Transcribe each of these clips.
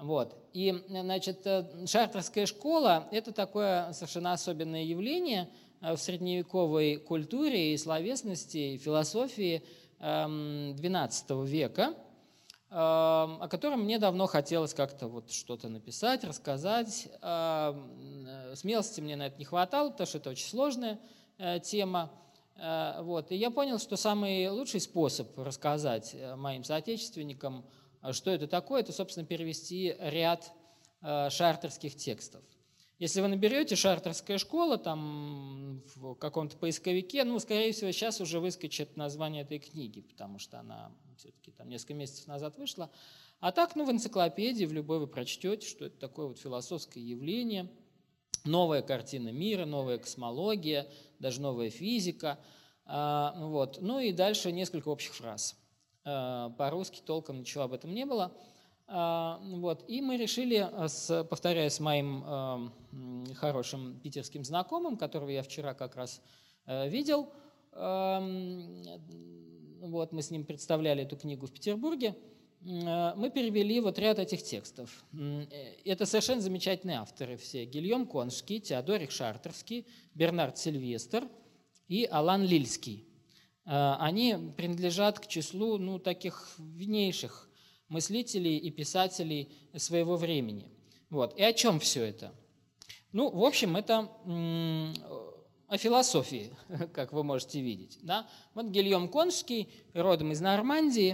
Вот. И, значит, шартерская школа – это такое совершенно особенное явление в средневековой культуре и словесности, и философии XII века, о котором мне давно хотелось как-то вот что-то написать, рассказать. Смелости мне на это не хватало, потому что это очень сложная тема. Вот. И я понял, что самый лучший способ рассказать моим соотечественникам, что это такое, это, собственно, перевести ряд шартерских текстов. Если вы наберете «Шартерская школа» там в каком-то поисковике, ну, скорее всего, сейчас уже выскочит название этой книги, потому что она все-таки там несколько месяцев назад вышла. А так, ну, в энциклопедии в любой вы прочтете, что это такое вот философское явление, новая картина мира, новая космология, даже новая физика. Вот. Ну и дальше несколько общих фраз. По-русски толком ничего об этом не было. Вот. И мы решили, повторяя с моим хорошим питерским знакомым, которого я вчера как раз видел, вот, мы с ним представляли эту книгу в Петербурге, мы перевели вот ряд этих текстов. Это совершенно замечательные авторы все. Гильом Коншский, Теодорик Шартерский, Бернард Сильвестр и Алан Лильский. Они принадлежат к числу, ну, таких виднейших мыслителей и писателей своего времени. Вот. И о чем все это? Ну, в общем, это о философии, как вы можете видеть. Да? Вот Гильом Коншский, родом из Нормандии,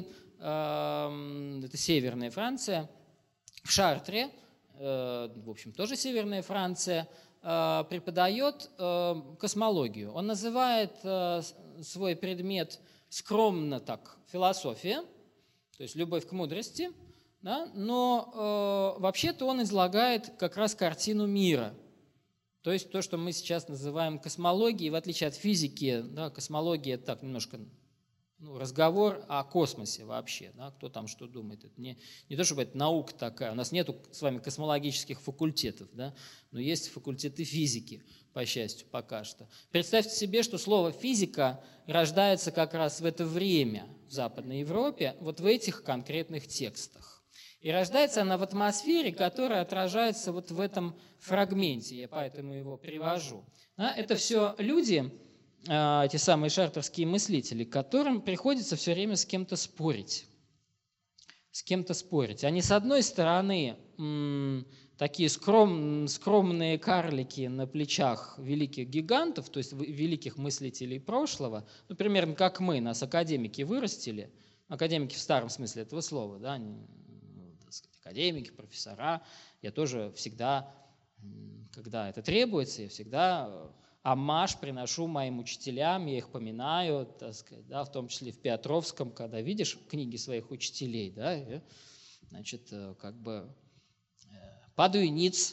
это северная Франция, в Шартре, в общем, тоже северная Франция, преподает космологию. Он называет свой предмет скромно так философия, то есть любовь к мудрости, да? Но вообще-то он излагает как раз картину мира, то есть то, что мы сейчас называем космологией, в отличие от физики, да, космология так немножко разговор о космосе вообще, да, кто там что думает. Это не то, чтобы это наука такая, у нас нет с вами космологических факультетов, да, но есть факультеты физики, по счастью, пока что. Представьте себе, что слово «физика» рождается как раз в это время в Западной Европе, вот в этих конкретных текстах. И рождается она в атмосфере, которая отражается вот в этом фрагменте, я поэтому его привожу. Да, это все люди, эти самые шартерские мыслители, которым приходится все время с кем-то спорить. С кем-то спорить. Они, с одной стороны, такие скромные карлики на плечах великих гигантов, то есть великих мыслителей прошлого, ну, примерно как мы, нас академики вырастили, академики в старом смысле этого слова, да, они, так сказать, академики, профессора, я тоже всегда, когда это требуется, я всегда оммаж приношу моим учителям, я их поминаю, так сказать, да, в том числе в Петровском, когда видишь книги своих учителей, да, значит, как бы падаю ниц.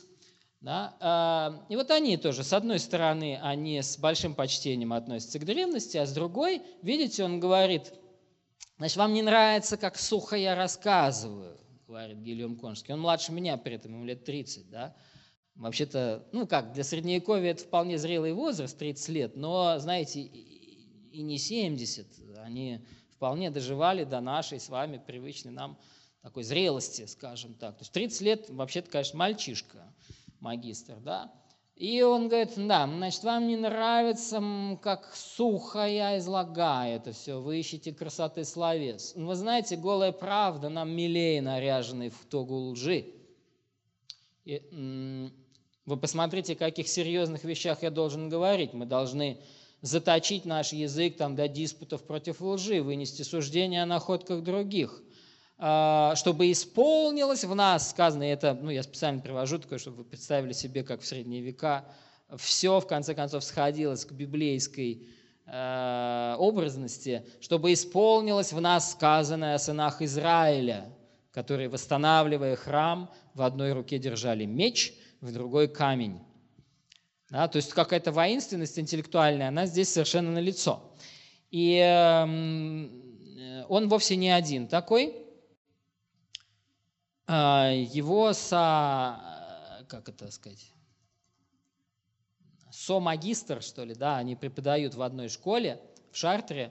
Да, и вот они тоже, с одной стороны, они с большим почтением относятся к древности, а с другой, видите, он говорит, значит, вам не нравится, как сухо я рассказываю, говорит Гильом Коншский. Он младше меня при этом, ему лет 30, да. Вообще-то, ну как, для Средневековья это вполне зрелый возраст, 30 лет, но, знаете, и не 70, они вполне доживали до нашей с вами привычной нам такой зрелости, скажем так. То есть 30 лет, вообще-то, конечно, мальчишка, магистр, да. И он говорит, да, значит, вам не нравится, как сухо я излагаю это все, вы ищете красоты словес. Вы знаете, голая правда нам милее наряженной в тогу лжи. Вы посмотрите, о каких серьезных вещах я должен говорить. Мы должны заточить наш язык там, до диспутов против лжи, вынести суждения о находках других, чтобы исполнилось в нас сказанное, это, ну, я специально привожу такое, чтобы вы представили себе, как в средние века все, в конце концов, сходилось к библейской образности, чтобы исполнилось в нас сказанное о сынах Израиля, которые, восстанавливая храм, в одной руке держали меч, в другой камень. Да, то есть какая-то воинственность интеллектуальная, она здесь совершенно налицо. И он вовсе не один такой. Его как это сказать, со-магистр, что ли, да, они преподают в одной школе в Шартре,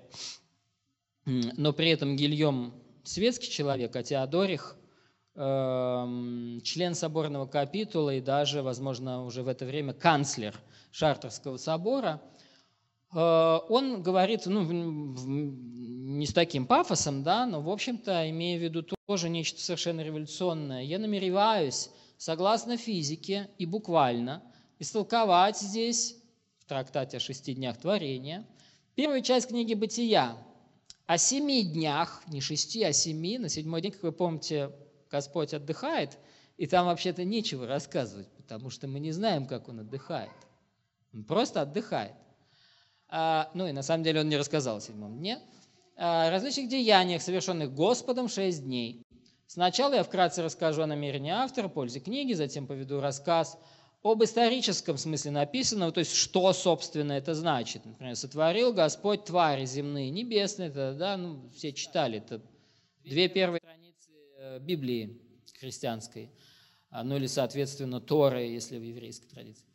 но при этом Гильом светский человек, а Теодорих член соборного капитула и даже, возможно, уже в это время канцлер Шартрского собора, он говорит, не с таким пафосом, да, но, в общем-то, имея в виду тоже нечто совершенно революционное. Я намереваюсь, согласно физике и буквально, истолковать здесь, в трактате о 6 днях творения, первую часть книги «Бытия» о 7 днях, не 6, а 7, на 7-й день, как вы помните, Господь отдыхает, и там вообще-то нечего рассказывать, потому что мы не знаем, как Он отдыхает. Он просто отдыхает. И на самом деле Он не рассказал о 7-м дне. О различных деяниях, совершенных Господом 6 дней. Сначала я вкратце расскажу о намерении автора, пользе книги, затем поведу рассказ об историческом смысле написанного, то есть что, собственно, это значит. Например, «Сотворил Господь твари земные, небесные». Это, да, все читали, это 2 первые страницы Библии христианской, или, соответственно, Торы, если в еврейской традиции.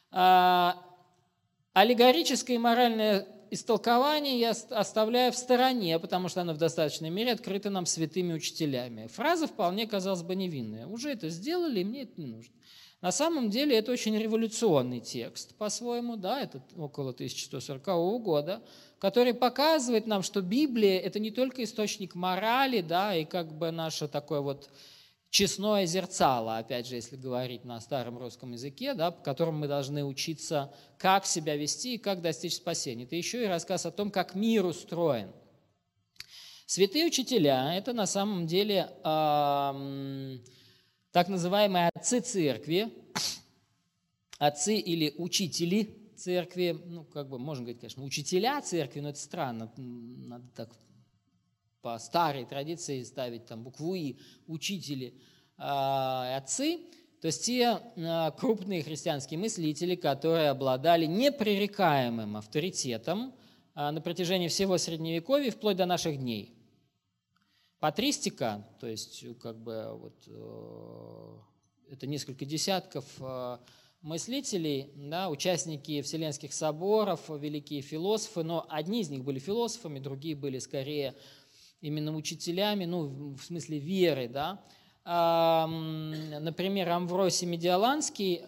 Аллегорическое и моральное истолкование я оставляю в стороне, потому что оно в достаточной мере открыто нам святыми учителями. Фраза вполне, казалось бы, невинная. Уже это сделали, и мне это не нужно. На самом деле это очень революционный текст по-своему, да, это около 1140 года, который показывает нам, что Библия – это не только источник морали, да, и как бы наше такое вот честное зерцало, опять же, если говорить на старом русском языке, да, по которому мы должны учиться, как себя вести и как достичь спасения. Это еще и рассказ о том, как мир устроен. Святые учителя – это на самом деле так называемые отцы церкви, отцы или учители церкви, можно говорить, конечно, учителя церкви, но это странно, надо так по старой традиции ставить там букву «и», учители, отцы, то есть те крупные христианские мыслители, которые обладали непререкаемым авторитетом на протяжении всего Средневековья вплоть до наших дней. Патристика, то есть это несколько десятков мыслителей, да, участники Вселенских соборов, великие философы, но одни из них были философами, другие были скорее именно учителями, в смысле веры, да. Например, Амвросий Медиаланский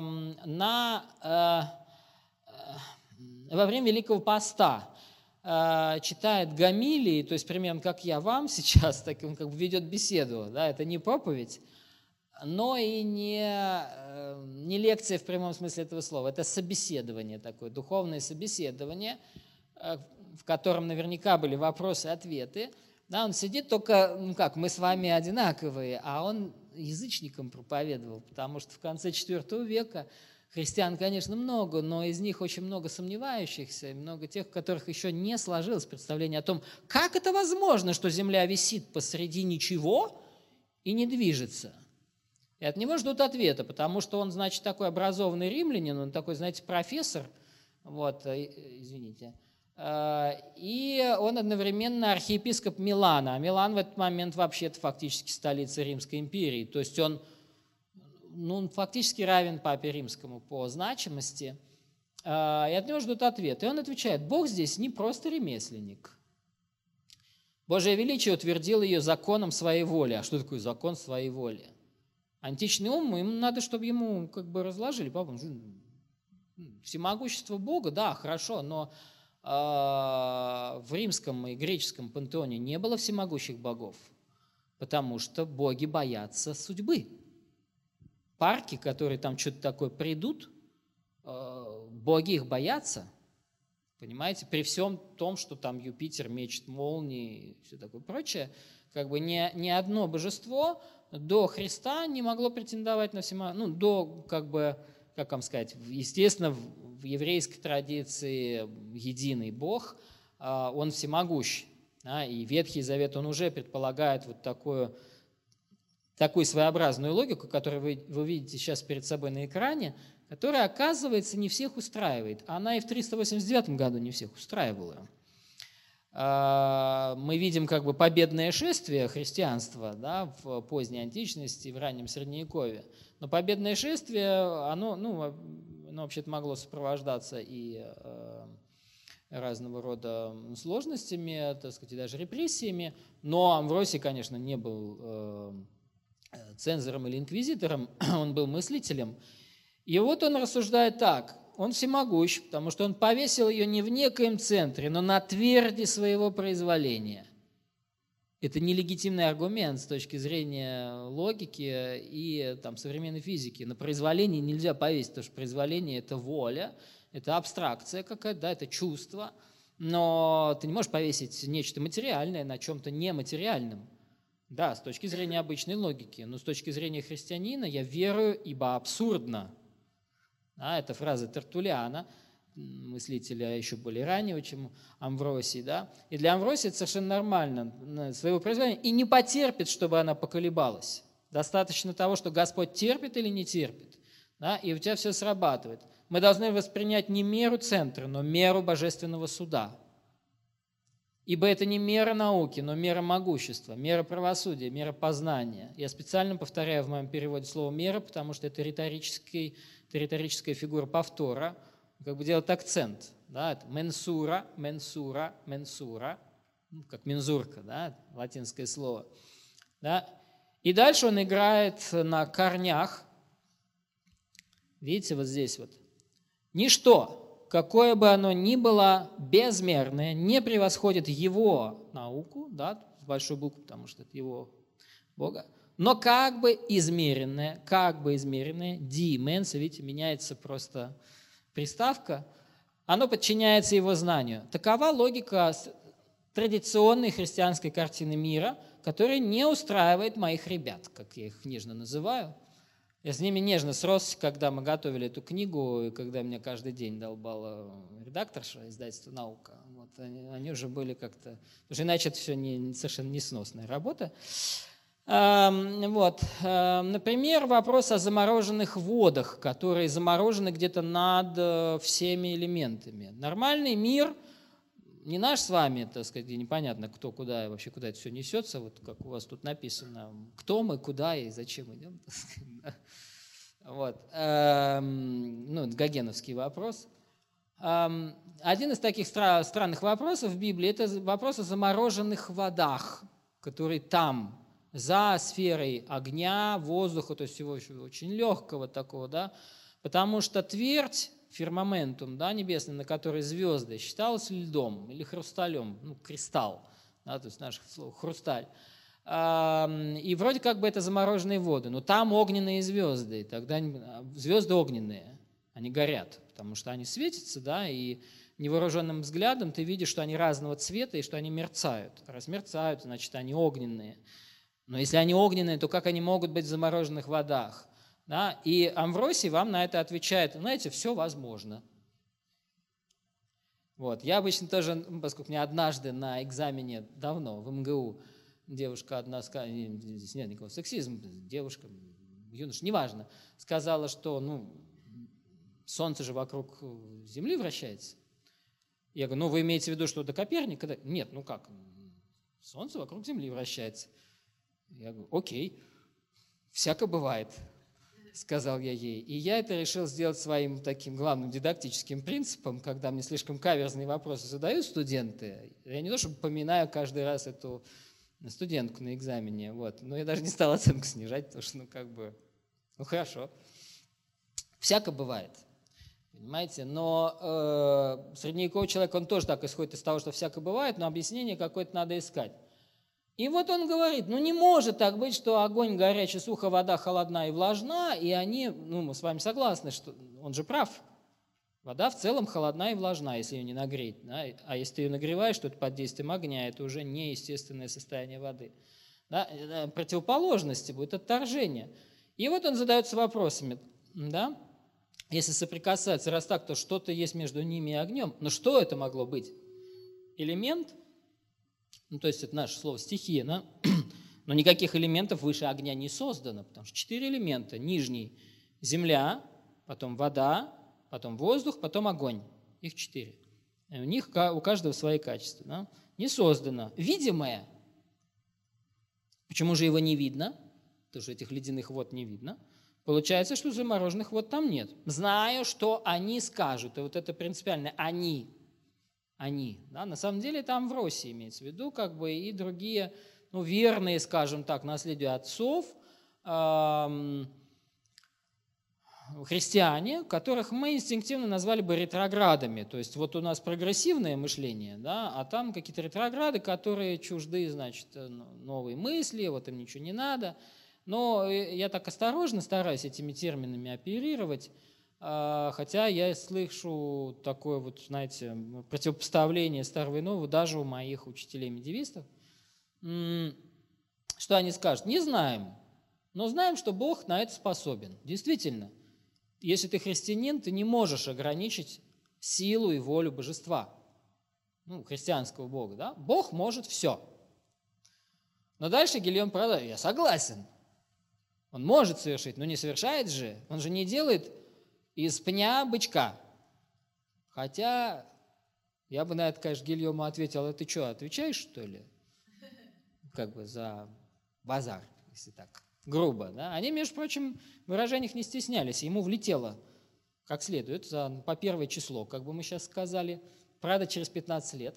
во время Великого Поста читает гомилии, то есть примерно как я вам сейчас, так он ведет беседу, да, это не проповедь, но и не лекция в прямом смысле этого слова, это собеседование такое, духовное собеседование, в котором наверняка были вопросы и ответы. Да, он сидит только, мы с вами одинаковые, а он язычникам проповедовал, потому что в конце IV века христиан, конечно, много, но из них очень много сомневающихся, и много тех, у которых еще не сложилось представление о том, как это возможно, что Земля висит посреди ничего и не движется. И от него ждут ответа, потому что он, значит, такой образованный римлянин, он такой, знаете, профессор, извините, и он одновременно архиепископ Милана. А Милан в этот момент вообще-то фактически столица Римской империи. То есть он фактически равен папе римскому по значимости. И от него ждут ответ. И он отвечает: Бог здесь не просто ремесленник. Божие величие утвердил ее законом своей воли. А что такое закон своей воли? Античный ум, ему надо, чтобы ему разложили. Всемогущество Бога, да, хорошо, но в римском и греческом пантеоне не было всемогущих богов, потому что боги боятся судьбы. Парки, которые там что-то такое придут, боги их боятся, понимаете, при всем том, что там Юпитер мечет молнии и все такое прочее, ни одно божество до Христа не могло претендовать на естественно, в еврейской традиции единый Бог, Он всемогущ. Да, и Ветхий Завет, он уже предполагает такую своеобразную логику, которую вы видите сейчас перед собой на экране, которая, оказывается, не всех устраивает. Она и в 389 году не всех устраивала. Мы видим победное шествие христианства, да, в поздней античности, в раннем Средневековье. Но победное шествие, оно вообще-то могло сопровождаться и разного рода сложностями, так сказать, и даже репрессиями. Но Амвросий, конечно, не был цензором или инквизитором, он был мыслителем. И вот он рассуждает так: он всемогущ, потому что он повесил ее не в некоем центре, но на тверди своего произволения. Это нелегитимный аргумент с точки зрения логики и современной физики. На произволение нельзя повесить, потому что произволение – это воля, это абстракция какая-то, да, это чувство. Но ты не можешь повесить нечто материальное на чем-то нематериальном. Да, с точки зрения обычной логики, но с точки зрения христианина я верую, ибо абсурдно. Да, это фраза Тертуллиана, мыслителя еще более раннего, чем Амвросий. Да? И для Амвросия это совершенно нормально, своего произволения, и не потерпит, чтобы она поколебалась. Достаточно того, что Господь терпит или не терпит, да? И у тебя все срабатывает. Мы должны воспринять не меру центра, но меру божественного суда. Ибо это не мера науки, но мера могущества, мера правосудия, мера познания. Я специально повторяю в моем переводе слово «мера», потому что это риторическая фигура повтора, как бы делать акцент. Да? Это менсура, менсура, менсура, как мензурка, да? Латинское слово. Да? И дальше он играет на корнях. Видите, вот здесь вот. Ничто, какое бы оно ни было безмерное, не превосходит его науку, да, с большой буквы, потому что это его Бога, но как бы измеренное, дименса, видите, меняется просто приставка, оно подчиняется его знанию. Такова логика традиционной христианской картины мира, которая не устраивает моих ребят, как я их нежно называю. Я с ними нежно сросся, когда мы готовили эту книгу, и когда меня каждый день долбала редакторша издательства «Наука». Вот, они уже были как-то... Потому что иначе это все совершенно несносная работа. Вот. Например, вопрос о замороженных водах, которые заморожены где-то над всеми элементами. Нормальный мир, не наш с вами, так сказать, где непонятно, кто куда и вообще куда это все несется, вот как у вас тут написано, кто мы, куда и зачем идем. Вот. Ну, гогеновский вопрос. Один из таких странных вопросов в Библии – это вопрос о замороженных водах, которые там, за сферой огня, воздуха, то есть всего очень легкого такого, да, потому что твердь, фирмаментум, да, небесный, на который звезды, считалось льдом или хрусталем, ну, кристалл, да, то есть наших слов, хрусталь. И вроде как бы это замороженные воды, но там огненные звезды, тогда звезды огненные, они горят, потому что они светятся, да, и невооруженным взглядом ты видишь, что они разного цвета и что они мерцают. Раз мерцают, значит, они огненные. Но если они огненные, то как они могут быть в замороженных водах? Да? И Амвросий вам на это отвечает: знаете, все возможно. Вот. Я обычно тоже, поскольку мне однажды на экзамене давно в МГУ девушка одна сказала, здесь нет никакого сексизма, девушка, юноша, неважно, сказала, что Солнце же вокруг Земли вращается. Я говорю, вы имеете в виду, что до Коперника? Нет, как? Солнце вокруг Земли вращается. Я говорю, окей, всяко бывает, сказал я ей. И я это решил сделать своим таким главным дидактическим принципом, когда мне слишком каверзные вопросы задают студенты. Я не то чтобы поминаю каждый раз эту студентку на экзамене, вот, но я даже не стал оценку снижать, потому что, хорошо. Всяко бывает, понимаете, но средневековый человек, он тоже так исходит из того, что всяко бывает, но объяснение какое-то надо искать. И вот он говорит, не может так быть, что огонь горячий, сухо, вода холодна и влажна, и они, мы с вами согласны, что он же прав. Вода в целом холодна и влажна, если ее не нагреть. Да? А если ты ее нагреваешь, то это под действием огня, это уже неестественное состояние воды. Да? Противоположности будет отторжение. И вот он задается вопросами, да? Если соприкасаться, раз так, то что-то есть между ними и огнем. Но что это могло быть? Элемент? То есть это наше слово стихия, да? Но никаких элементов выше огня не создано, потому что 4 элемента. Нижний – земля, потом вода, потом воздух, потом огонь. Их 4. И у них у каждого свои качества. Да? Не создано. Видимое. Почему же его не видно? Потому что этих ледяных вод не видно. Получается, что замороженных вод там нет. Знаю, что они скажут. И вот это принципиально. Они. Да? На самом деле там в России имеется в виду, и другие, верные, скажем так, наследию отцов, христиане, которых мы инстинктивно назвали бы ретроградами. То есть вот у нас прогрессивное мышление, да, а там какие-то ретрограды, которые чужды, значит, новые мысли, вот им ничего не надо. Но я так осторожно стараюсь этими терминами оперировать, хотя я слышу такое вот, знаете, противопоставление старого и нового даже у моих учителей-медивистов. Что они скажут? Не знаем, но знаем, что Бог на это способен. Действительно, если ты христианин, ты не можешь ограничить силу и волю божества, христианского Бога. Да? Бог может все. Но дальше Гильом продолжает: я согласен. Он может совершить, но не совершает же. Он же не делает из пня бычка. Хотя я бы на это, конечно, Гильому ответил: а ты что, отвечаешь, что ли? Как бы за базар, если так грубо. Да? Они, между прочим, в выражениях не стеснялись. Ему влетело как следует по первое число, как бы мы сейчас сказали. Правда, через 15 лет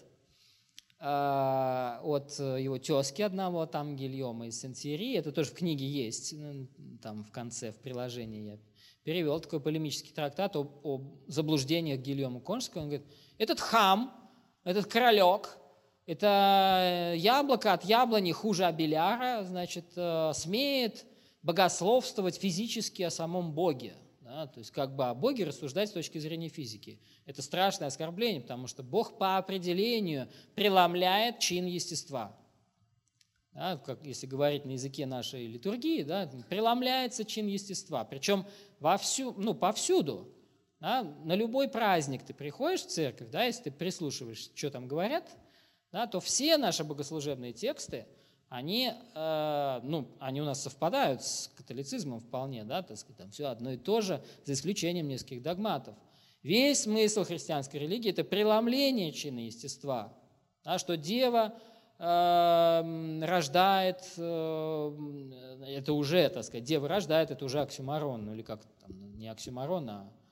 от его тезки одного, там Гильома из Сен-Тьерри, это тоже в книге есть, там в конце, в приложении я перевел такой полемический трактат о заблуждениях Гильома Конского. Он говорит: этот хам, этот королек, это яблоко от яблони хуже абеляра, значит, смеет богословствовать физически о самом Боге. Да? То есть как бы о Боге рассуждать с точки зрения физики. Это страшное оскорбление, потому что Бог по определению преломляет чин естества. Да? Как, если говорить на языке нашей литургии, да, преломляется чин естества. Причем повсюду. Да? На любой праздник ты приходишь в церковь, да, если ты прислушиваешься, что там говорят, да, то все наши богослужебные тексты, они у нас совпадают с католицизмом вполне, да, так сказать, там все одно и то же, за исключением нескольких догматов. Весь смысл христианской религии – это преломление чина естества, да, что Дева рождает, это уже, так сказать, Дева рождает, это уже оксюморон, или как там, не оксюморон,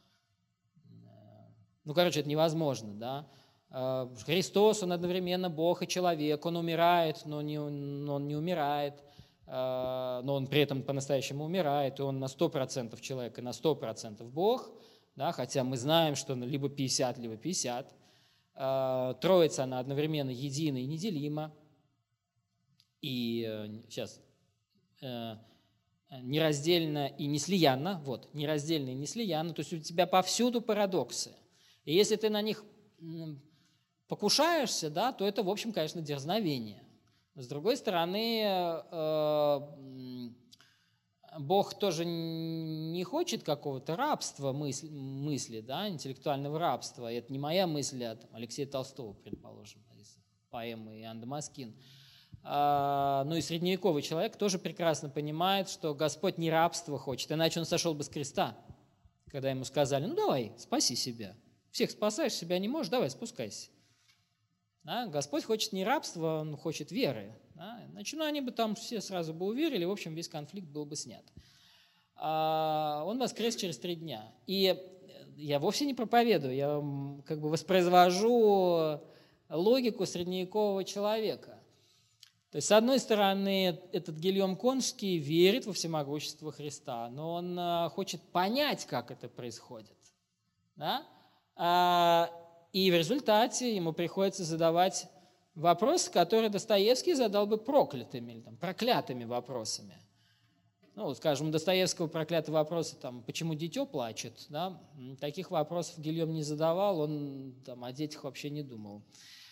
это невозможно, да. Христос, Он одновременно Бог и человек, Он умирает, но Он не умирает, но Он при этом по-настоящему умирает, и Он на 100% человек и на 100% Бог, да, хотя мы знаем, что Он либо 50, либо 50. Троица, она одновременно едина и неделима, и нераздельно и неслиянно, нераздельно и неслиянно, то есть у тебя повсюду парадоксы, и если ты на них покушаешься, да, то это, в общем, конечно, дерзновение. С другой стороны, Бог тоже не хочет какого-то рабства мысли, да, интеллектуального рабства. И это не моя мысль, а Алексея Толстого, предположим, из поэмы Иоанн Дамаскин. Ну и средневековый человек тоже прекрасно понимает, что Господь не рабство хочет, иначе Он сошел бы с креста, когда Ему сказали: ну давай, спаси себя. Всех спасаешь, себя не можешь, давай, спускайся. Да? Господь хочет не рабства, Он хочет веры. Да? Иначе они бы там все сразу бы уверили, в общем, весь конфликт был бы снят. Он воскрес через 3 дня. И я вовсе не проповедую, я как бы воспроизвожу логику средневекового человека. То есть, с одной стороны, этот Гильом Конский верит во всемогущество Христа, но он хочет понять, как это происходит. Да? И в результате ему приходится задавать вопросы, которые Достоевский задал бы проклятыми или проклятыми вопросами. Скажем, у Достоевского проклятые вопросы, почему дитё плачет, да? Таких вопросов Гильом не задавал, он о детях вообще не думал.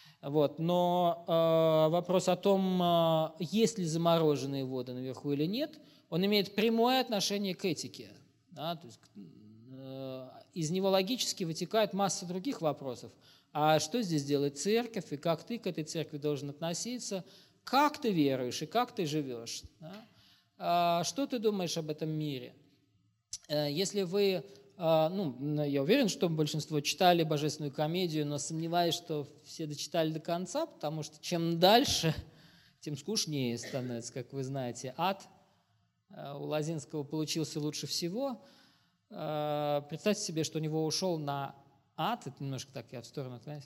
Но вопрос о том, есть ли замороженные воды наверху или нет, он имеет прямое отношение к этике. Да? То есть, из него логически вытекает масса других вопросов. А что здесь делает церковь, и как ты к этой церкви должен относиться, как ты веруешь и как ты живешь? Да? Что ты думаешь об этом мире? Если вы, я уверен, что большинство читали «Божественную комедию», но сомневаюсь, что все дочитали до конца, потому что чем дальше, тем скучнее становится, как вы знаете. Ад у Лозинского получился лучше всего. Представьте себе, что у него ушел на ад, это немножко так я в сторону отклоняюсь.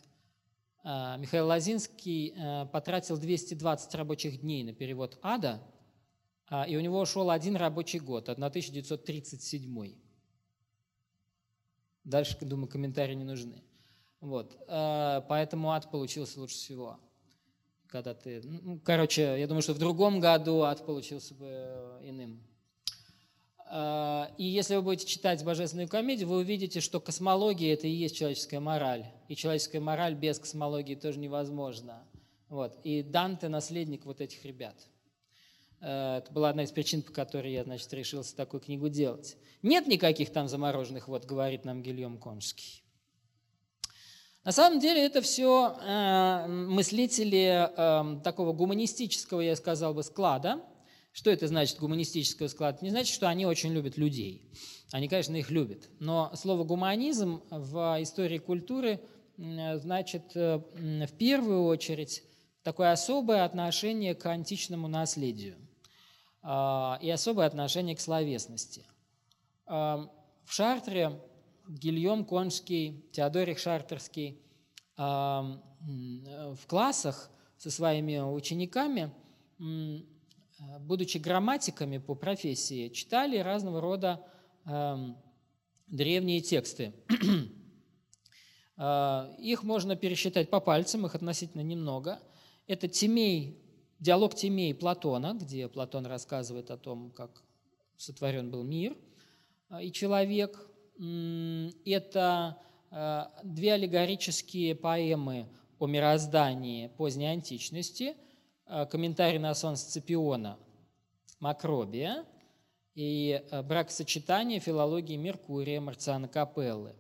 Михаил Лозинский потратил 220 рабочих дней на перевод «Ада», и у него ушел один рабочий год, 1937. Дальше, думаю, комментарии не нужны. Вот. Поэтому ад получился лучше всего. Когда ты, короче, я думаю, что в другом году ад получился бы иным. И если вы будете читать «Божественную комедию», вы увидите, что космология – это и есть человеческая мораль. И человеческая мораль без космологии тоже невозможна. Вот. И Данте – наследник вот этих ребят. Это была одна из причин, по которой я, значит, решился такую книгу делать. Нет никаких там замороженных вод, говорит нам Гильом Коншский. На самом деле это все мыслители такого гуманистического, я сказал бы, склада. Что это значит, гуманистического склада? Это не значит, что они очень любят людей. Они, конечно, их любят. Но слово «гуманизм» в истории культуры значит в первую очередь такое особое отношение к античному наследию и особое отношение к словесности. В Шартре Гильом Коншский, Теодорих Шартерский в классах со своими учениками, будучи грамматиками по профессии, читали разного рода древние тексты. Их можно пересчитать по пальцам, их относительно немного. Это диалог Тимей Платона, где Платон рассказывает о том, как сотворен был мир и человек. Это две аллегорические поэмы о мироздании поздней античности, комментарий на сон Сципиона Макробия и бракосочетание филологии Меркурия Марциана Капеллы.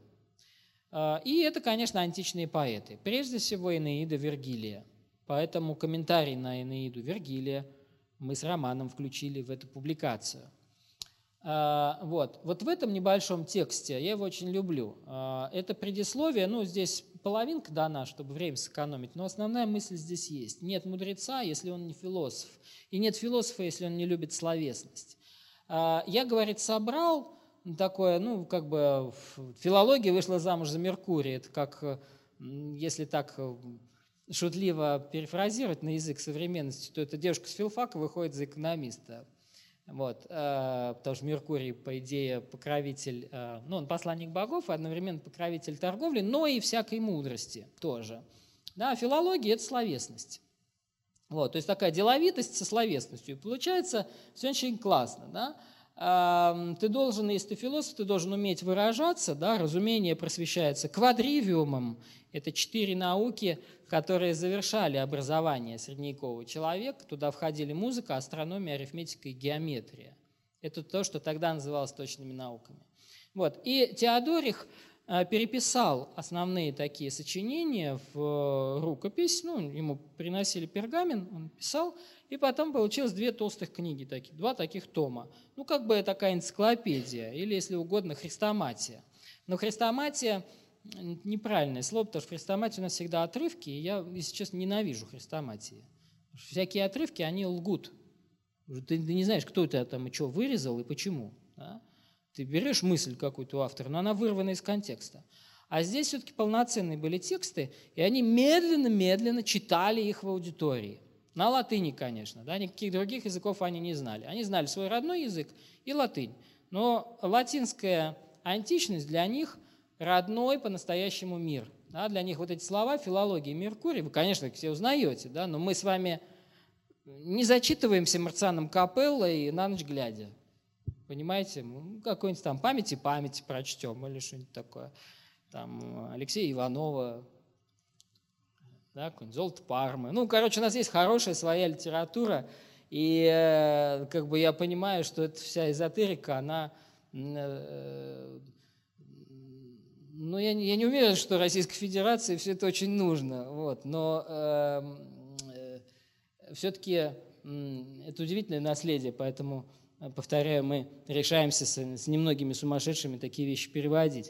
И это, конечно, античные поэты, прежде всего Энеида Вергилия. Поэтому комментарий на Энеиду Вергилия мы с Романом включили в эту публикацию. Вот в этом небольшом тексте, я его очень люблю, это предисловие, здесь половинка дана, чтобы время сэкономить, но основная мысль здесь есть. Нет мудреца, если он не философ, и нет философа, если он не любит словесность. Я, говорит, собрал такое, филология вышла замуж за Меркурия, это как, если так шутливо перефразировать на язык современности, то эта девушка с филфака выходит за экономиста. Потому что Меркурий, по идее, покровитель, он посланник богов, одновременно покровитель торговли, но и всякой мудрости тоже. Да, филология – это словесность. То есть такая деловитость со словесностью. И получается все очень классно. Да? Ты должен, если ты философ, ты должен уметь выражаться. Да? Разумение просвещается квадривиумом. Это 4 науки, которые завершали образование средневекового человека. Туда входили музыка, астрономия, арифметика и геометрия. Это то, что тогда называлось точными науками. И Теодорих переписал основные такие сочинения в рукопись. Ему приносили пергамент, он писал, и потом получилось 2 толстых книги, 2 таких тома. Такая энциклопедия, или, если угодно, хрестоматия. Но хрестоматия – неправильное слово, потому что в хрестоматии у нас всегда отрывки, и я, если честно, ненавижу хрестоматии. Всякие отрывки, они лгут. Ты не знаешь, кто у тебя там и что вырезал и почему. Да? Ты берешь мысль какую-то у автора, но она вырвана из контекста. А здесь все-таки полноценные были тексты, и они медленно-медленно читали их в аудитории. На латыни, конечно. Да? Никаких других языков они не знали. Они знали свой родной язык и латынь. Но латинская античность для них родной по-настоящему мир. Да, для них эти слова, филология, Меркурий, вы, конечно, их все узнаете, да, но мы с вами не зачитываемся Марцианом Капеллой на ночь глядя. Понимаете? Какой-нибудь там памяти прочтем или что-нибудь такое. Там Алексея Иванова, да, какой-нибудь Золото Пармы. У нас есть хорошая своя литература, и я понимаю, что эта вся эзотерика, она... я не уверен, что Российской Федерации все это очень нужно, но все-таки это удивительное наследие, поэтому, повторяю, мы решаемся с немногими сумасшедшими такие вещи переводить.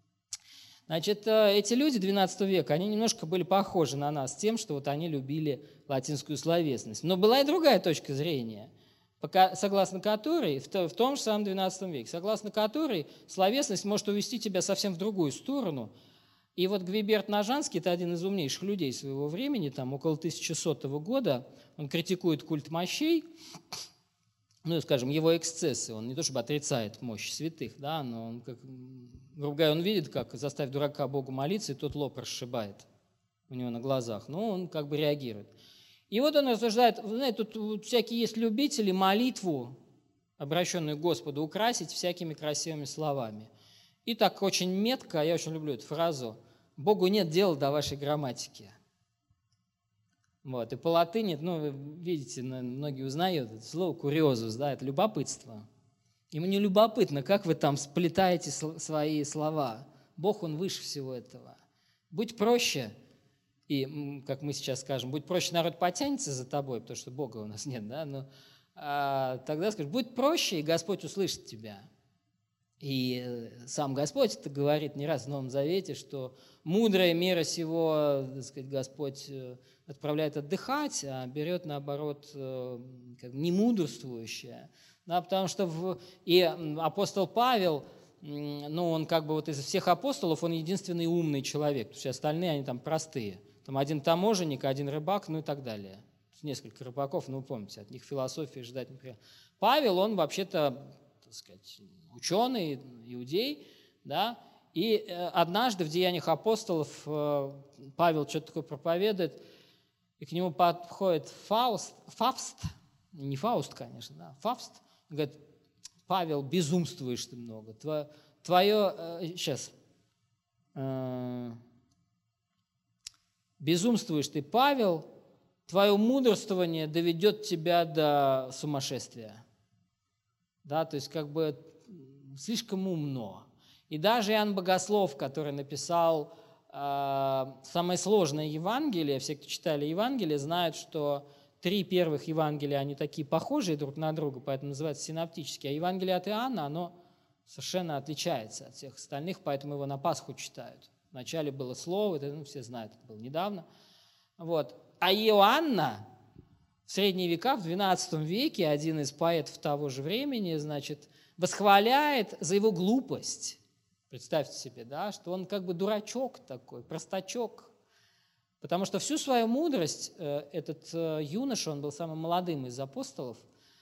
Эти люди XII века, они немножко были похожи на нас тем, что они любили латинскую словесность. Но была и другая точка зрения, согласно которой, в том же самом XII веке, согласно которой словесность может увести тебя совсем в другую сторону. И Гвиберт Нажанский, это один из умнейших людей своего времени, около 1100 года, он критикует культ мощей, ну, скажем, его эксцессы, он не то чтобы отрицает мощь святых, да, но он, как, грубо говоря, он видит, как заставить дурака Богу молиться, и тот лоб расшибает у него на глазах, но он как бы реагирует. И вот он рассуждает, вы знаете, тут всякие есть любители молитву, обращенную к Господу, украсить всякими красивыми словами. И так очень метко, я очень люблю эту фразу, «Богу нет дела до вашей грамматики». Вот, и по латыни, ну, вы видите, многие узнают это слово «куриозус», да, это любопытство. Ему не любопытно, как вы там сплетаете свои слова. Бог, Он выше всего этого. Будь проще, и, как мы сейчас скажем, будь проще, народ потянется за тобой, потому что Бога у нас нет, да, но тогда скажешь, будь проще, и Господь услышит тебя. И сам Господь это говорит не раз в Новом Завете, что мудрая мера сего, так сказать, Господь отправляет отдыхать, а берет, наоборот, как немудрствующее. Да, потому что и апостол Павел, ну, он как бы вот из всех апостолов, он единственный умный человек, потому что остальные, они там простые. Там один таможенник, один рыбак, ну и так далее. Несколько рыбаков, ну, вы помните, от них философии ждать, например. Павел, он вообще-то, так сказать, ученый, иудей, да, и однажды в Деяниях апостолов Павел что-то такое проповедует, и к нему подходит Фавст, не Фауст, конечно, да, Фавст, говорит, Павел, безумствуешь ты много, безумствуешь ты, Павел, твое мудрствование доведет тебя до сумасшествия. Да, то есть как бы слишком умно. И даже Иоанн Богослов, который написал самое сложное Евангелие, все, кто читали Евангелие, знают, что 3 первых Евангелия, они такие похожие друг на друга, поэтому называются синоптические. А Евангелие от Иоанна, оно совершенно отличается от всех остальных, поэтому его на Пасху читают. Вначале было слово, это, ну, все знают, это было недавно. Вот. А Иоанна в средние века, в XII веке, один из поэтов того же времени, значит, восхваляет за его глупость. Представьте себе, да, что он как бы дурачок такой, простачок. Потому что всю свою мудрость этот юноша, он был самым молодым из апостолов,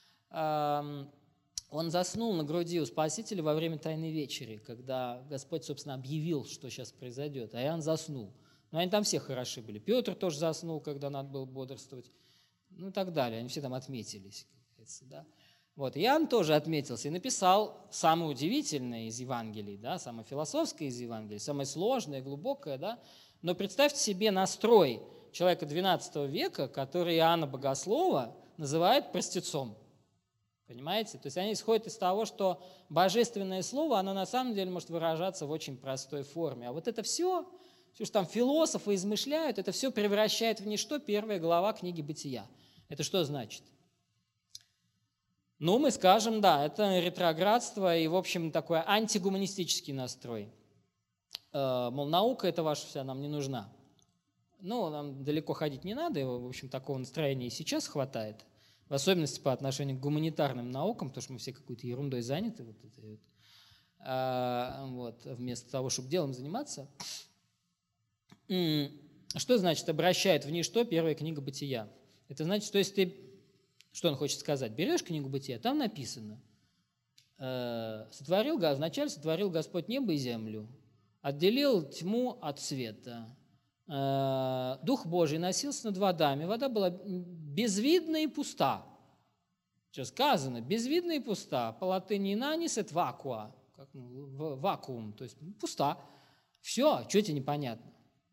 он заснул на груди у Спасителя во время Тайной вечери, когда Господь, собственно, объявил, что сейчас произойдет, а Иоанн заснул. Но они там все хороши были. Петр тоже заснул, когда надо было бодрствовать, ну и так далее. Они все там отметились, как говорится, да. Вот, Иоанн тоже отметился и написал самое удивительное из Евангелий, да, самое философское из Евангелий, самое сложное, глубокое, да. Но представьте себе настрой человека XII века, который Иоанна Богослова называет простецом. Понимаете? То есть они исходят из того, что божественное слово, оно на самом деле может выражаться в очень простой форме. А вот это все, что там философы измышляют, это все превращает в ничто 1 глава книги «Бытия». Это что значит? Ну, мы скажем, да, это ретроградство и, в общем, такой антигуманистический настрой. Мол, наука эта ваша вся нам не нужна. Ну, нам далеко ходить не надо, и, в общем, такого настроения и сейчас хватает. В особенности по отношению к гуманитарным наукам, потому что мы все какой-то ерундой заняты, вместо того, чтобы делом заниматься. Что значит обращает в ничто 1 книга Бытия? Это значит, что если ты, что он хочет сказать, берешь книгу Бытия, там написано, вначале сотворил Господь небо и землю, отделил тьму от света. Дух Божий носился над водами, вода была безвидна и пуста. Что сказано? Безвидна и пуста. По латыни «инанис» – это вакуа, вакуум, то есть пуста. Все, что тебе непонятно?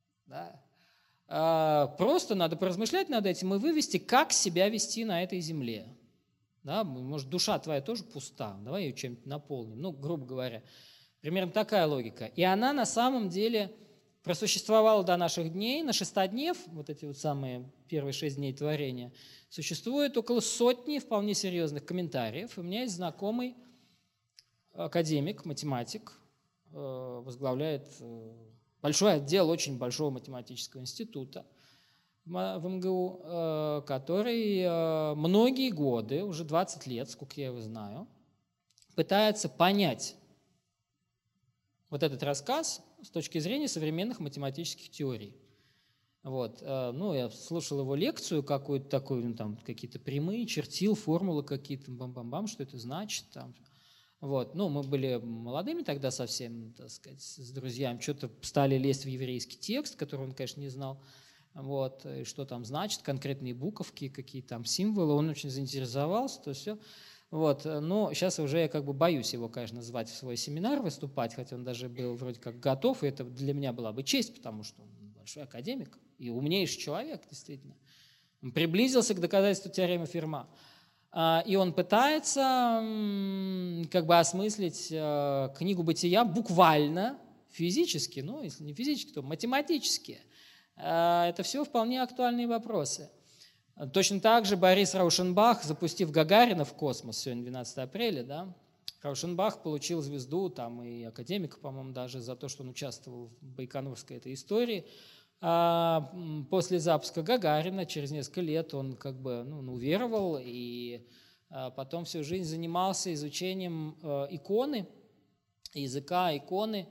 Да? Просто надо поразмышлять над этим и вывести, как себя вести на этой земле. Да? Может, душа твоя тоже пуста, давай ее чем-нибудь наполним. Ну, грубо говоря, примерно такая логика. И она на самом деле просуществовала до наших дней. На шестоднев, вот эти вот самые первые 6 дней творения, существует около 100 вполне серьезных комментариев. У меня есть знакомый академик, математик, возглавляет большой отдел очень большого математического института в МГУ, который многие годы, уже 20 лет, сколько я его знаю, пытается понять вот этот рассказ с точки зрения современных математических теорий. Вот. Ну, я слушал его лекцию какую-то такую, ну, там какие-то прямые, чертил, формулы какие-то, бам-бам-бам, что это значит. Там. Вот. Ну, мы были молодыми тогда совсем, так сказать, с друзьями, что-то стали лезть в еврейский текст, который он, конечно, не знал. Вот. И что там значит, конкретные буковки, какие там символы. Он очень заинтересовался, то все. Вот. Но сейчас уже я как бы боюсь его, конечно, звать в свой семинар выступать, хотя он даже был вроде как готов, и это для меня была бы честь, потому что он большой академик и умнейший человек, действительно. Он приблизился к доказательству теоремы Ферма. И он пытается как бы осмыслить книгу «Бытия» буквально, физически, ну, если не физически, то математически. Это все вполне актуальные вопросы. Точно так же Борис Раушенбах, запустив Гагарина в космос, сегодня 12 апреля, да, Раушенбах получил звезду, там и академика, по-моему, даже за то, что он участвовал в байконурской этой истории. После запуска Гагарина, через несколько лет, он как бы уверовал и потом всю жизнь занимался изучением иконы, языка иконы,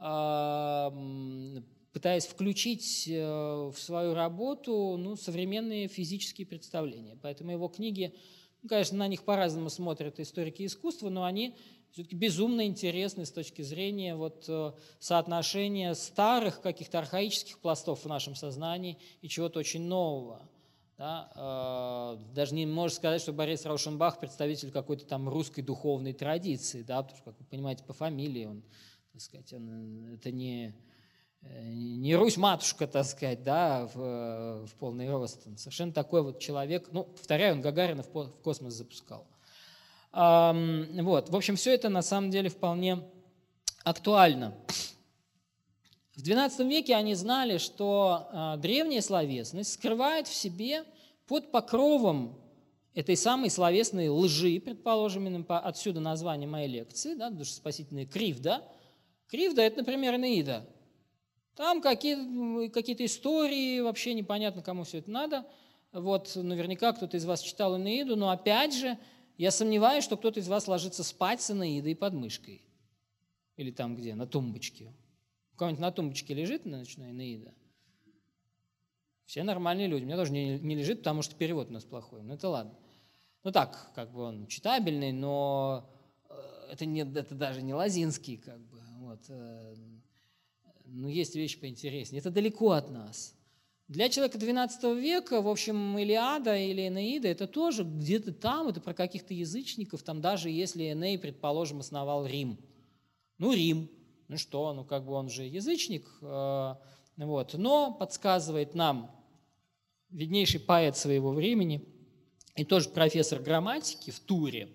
пытаясь включить в свою работу современные физические представления. Поэтому его книги, конечно, на них по-разному смотрят историки искусства, но они все-таки безумно интересны с точки зрения соотношения старых каких-то архаических пластов в нашем сознании и чего-то очень нового. Да? Даже не можно сказать, что Борис Раушенбах представитель какой-то там русской духовной традиции, да? Потому что, как вы понимаете, по фамилии он, так сказать, это не Русь-матушка, так сказать, да, в полный рост. Он совершенно такой вот человек. Ну, повторяю, он Гагарина в космос запускал. Вот. В общем, все это на самом деле вполне актуально. В XII веке они знали, что древняя словесность скрывает в себе под покровом этой самой словесной лжи, предположим, отсюда название моей лекции, да, душеспасительная кривда. Кривда – это, например, Энеида. Там какие-то истории, вообще непонятно, кому все это надо. Вот наверняка кто-то из вас читал Энеиду, но опять же, я сомневаюсь, что кто-то из вас ложится спать с Энеидой под мышкой. Или там где, на тумбочке. У кого-нибудь на тумбочке лежит ночная Энеида? Все нормальные люди. У меня тоже не лежит, потому что перевод у нас плохой. Ну это ладно. Ну так, как бы он читабельный, но это даже не Лозинский, как бы. Вот. Но есть вещи поинтереснее. Это далеко от нас. Для человека XII века, в общем, Илиада или Энеида – это тоже где-то там, это про каких-то язычников, там даже если Эней, предположим, основал Рим. Ну, Рим, ну что, ну как бы он же язычник, вот. Но подсказывает нам виднейший поэт своего времени и тоже профессор грамматики в Туре,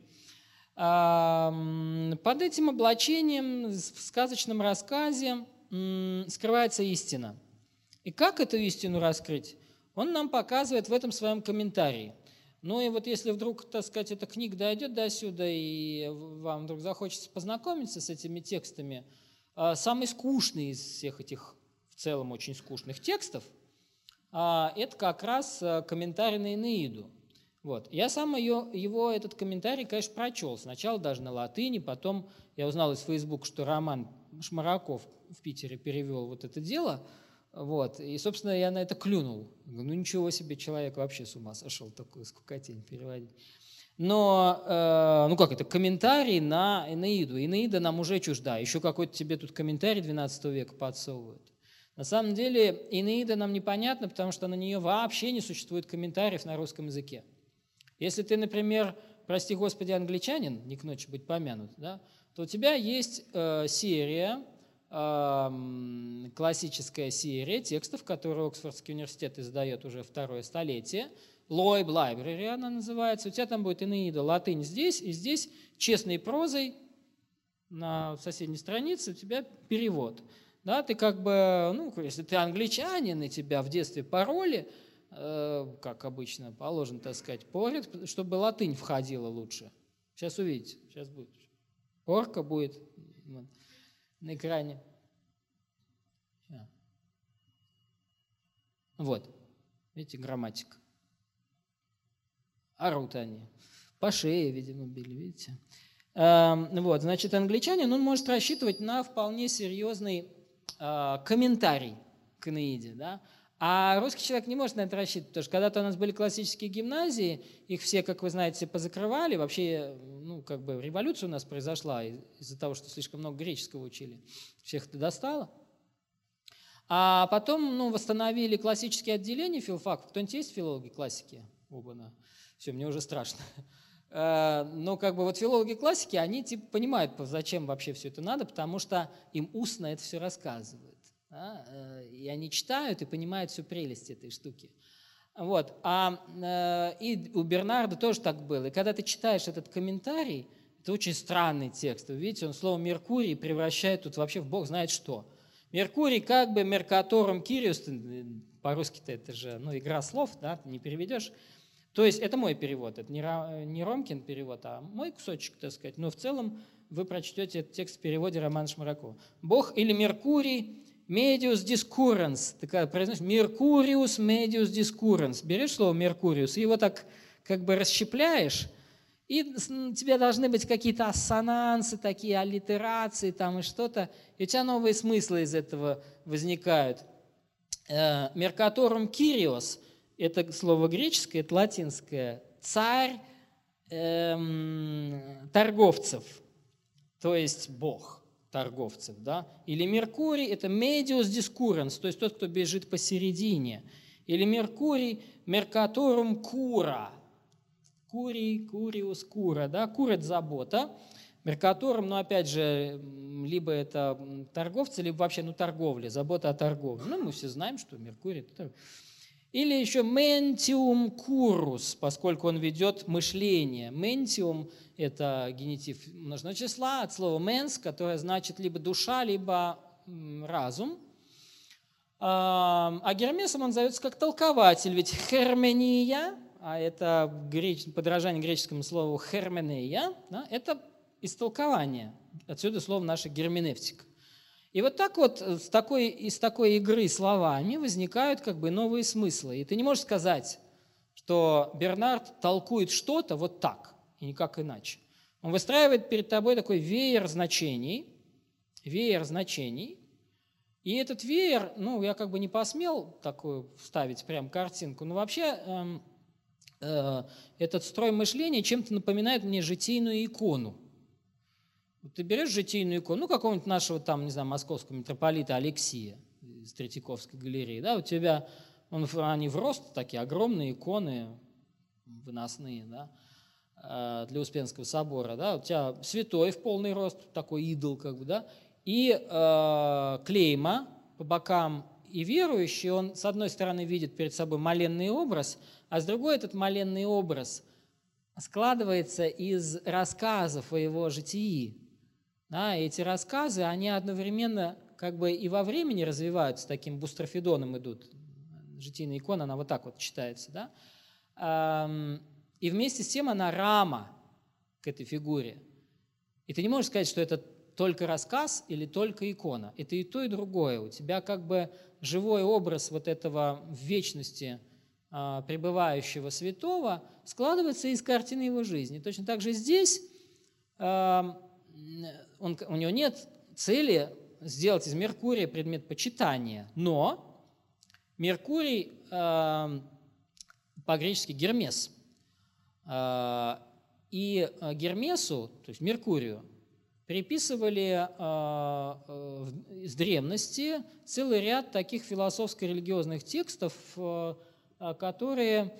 под этим облачением в сказочном рассказе скрывается истина. И как эту истину раскрыть? Он нам показывает в этом своем комментарии. Ну и вот если вдруг, так сказать, эта книга дойдет до сюда, и вам вдруг захочется познакомиться с этими текстами, самый скучный из всех этих в целом очень скучных текстов, это как раз комментарий на Энеиду. Вот. Я сам этот комментарий, конечно, прочел. Сначала даже на латыни, потом я узнал из Фейсбука, что Роман Шмараков в Питере перевел вот это дело. Вот. И, собственно, я на это клюнул. Ну, ничего себе, человек вообще с ума сошел такую скукотень переводить. Но, ну как это, комментарий на Энеиду. Энеида нам уже чужда. Еще какой-то тебе тут комментарий XII века подсовывают. На самом деле, Энеида нам непонятна, потому что на нее вообще не существует комментариев на русском языке. Если ты, например, прости господи, англичанин, не к ночи быть помянут, да, то у тебя есть серия, классическая серия текстов, которые Оксфордский университет издает уже второе столетие. Loeb Library она называется. У тебя там будет Энеида, латынь здесь, и здесь честной прозой на соседней странице у тебя перевод. Да, ты как бы, ну, если ты англичанин, и тебя в детстве пороли, как обычно положено, так сказать, порят, чтобы латынь входила лучше. Сейчас увидите, сейчас будет. Порка будет вот, на экране. Вот, видите, грамматика. Орут они. По шее, видимо, били, видите. Вот, значит, англичанин, он может рассчитывать на вполне серьезный комментарий к Энеиде, да? А русский человек не может на это рассчитывать, потому что когда-то у нас были классические гимназии, их все, как вы знаете, позакрывали. Вообще, революция у нас произошла из-за того, что слишком много греческого учили. Всех это достало. А потом восстановили классические отделения филфаков. Кто-нибудь есть филологи классики? Оба-на. Все, мне уже страшно. Но филологи классики, они понимают, зачем вообще все это надо, потому что им устно это все рассказывают. Да? И они читают и понимают всю прелесть этой штуки. Вот. И у Бернарда тоже так было. И когда ты читаешь этот комментарий, это очень странный текст. Вы видите, он слово «Меркурий» превращает тут вообще в бог знает что. Меркурий как бы «Меркаторум Кириус», по-русски-то это же игра слов, да, не переведешь. То есть это мой перевод, это не Ромкин перевод, а мой кусочек, так сказать. Но в целом вы прочтете этот текст в переводе Романа Шмаракова. Бог или Меркурий Medius discurrens, ты произносишь Mercurius Medius discurrens. Берешь слово Mercurius и его так расщепляешь, и тебе должны быть какие-то ассонансы, такие аллитерации там и что-то, и у тебя новые смыслы из этого возникают. Mercatorum Kyrios – это слово греческое, это латинское. Царь торговцев, то есть Бог торговцев, да? Или Меркурий – это medius discurrens, то есть тот, кто бежит посередине. Или Меркурий – Mercatorum Cura, Куриус Кура, да? Кура – это забота. Меркаторум, опять же, либо это торговцы, либо вообще торговля, забота о торговле. Мы все знаем, что Меркурий – это торговля. Или еще mentium curus, поскольку он ведет мышление. Mentium – это генитив множественного числа от слова mens, которое значит либо душа, либо разум. А Гермесом он зовется как толкователь, ведь хермения, а это подражание греческому слову херменея, да, это истолкование. Отсюда слово наша герменевтика. И вот так вот из такой игры словами возникают новые смыслы. И ты не можешь сказать, что Бернард толкует что-то вот так, и никак иначе. Он выстраивает перед тобой такой веер значений, и этот веер, я не посмел такую вставить прям картинку, но вообще этот строй мышления чем-то напоминает мне житийную икону. Ты берешь житийную икону, какого-нибудь нашего московского митрополита Алексия из Третьяковской галереи, да, у тебя они в рост, такие огромные иконы, выносные, да, для Успенского собора, да, у тебя святой в полный рост, такой идол, да, и клейма по бокам, и верующий, он с одной стороны видит перед собой моленный образ, а с другой этот моленный образ складывается из рассказов о его житии. Да, эти рассказы, они одновременно и во времени развиваются, таким бустрофидоном идут. Житийная икона, она вот так вот читается. Да? И вместе с тем она рама к этой фигуре. И ты не можешь сказать, что это только рассказ или только икона. Это и то, и другое. У тебя живой образ вот этого в вечности пребывающего святого складывается из картины его жизни. Точно так же здесь у него нет цели сделать из Меркурия предмет почитания, но Меркурий по-гречески Гермес. И Гермесу, то есть Меркурию, приписывали с древности целый ряд таких философско-религиозных текстов, которые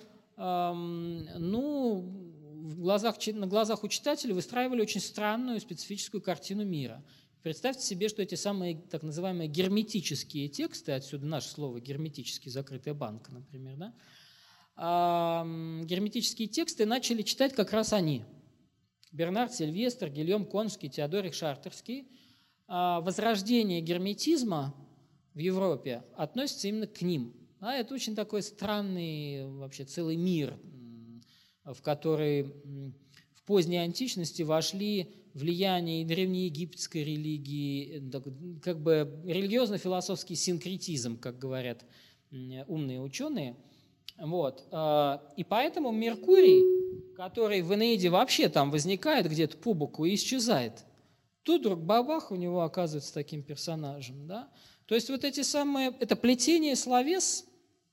на глазах у читателя выстраивали очень странную специфическую картину мира. Представьте себе, что эти самые так называемые герметические тексты, отсюда наше слово «герметический», закрытая банка, например, да? Герметические тексты начали читать как раз они. Бернард Сильвестр, Гильом Конский, Теодорик Шартерский. Возрождение герметизма в Европе относится именно к ним. Это очень такой странный вообще целый мир, в который в поздней античности вошли влияние и древнеегипетской религии, религиозно-философский синкретизм, как говорят умные ученые. Вот. И поэтому Меркурий, который в Энеиде вообще там возникает где-то по боку и исчезает, тут вдруг бабах у него оказывается таким персонажем. Да? То есть вот эти самые, это плетение словес,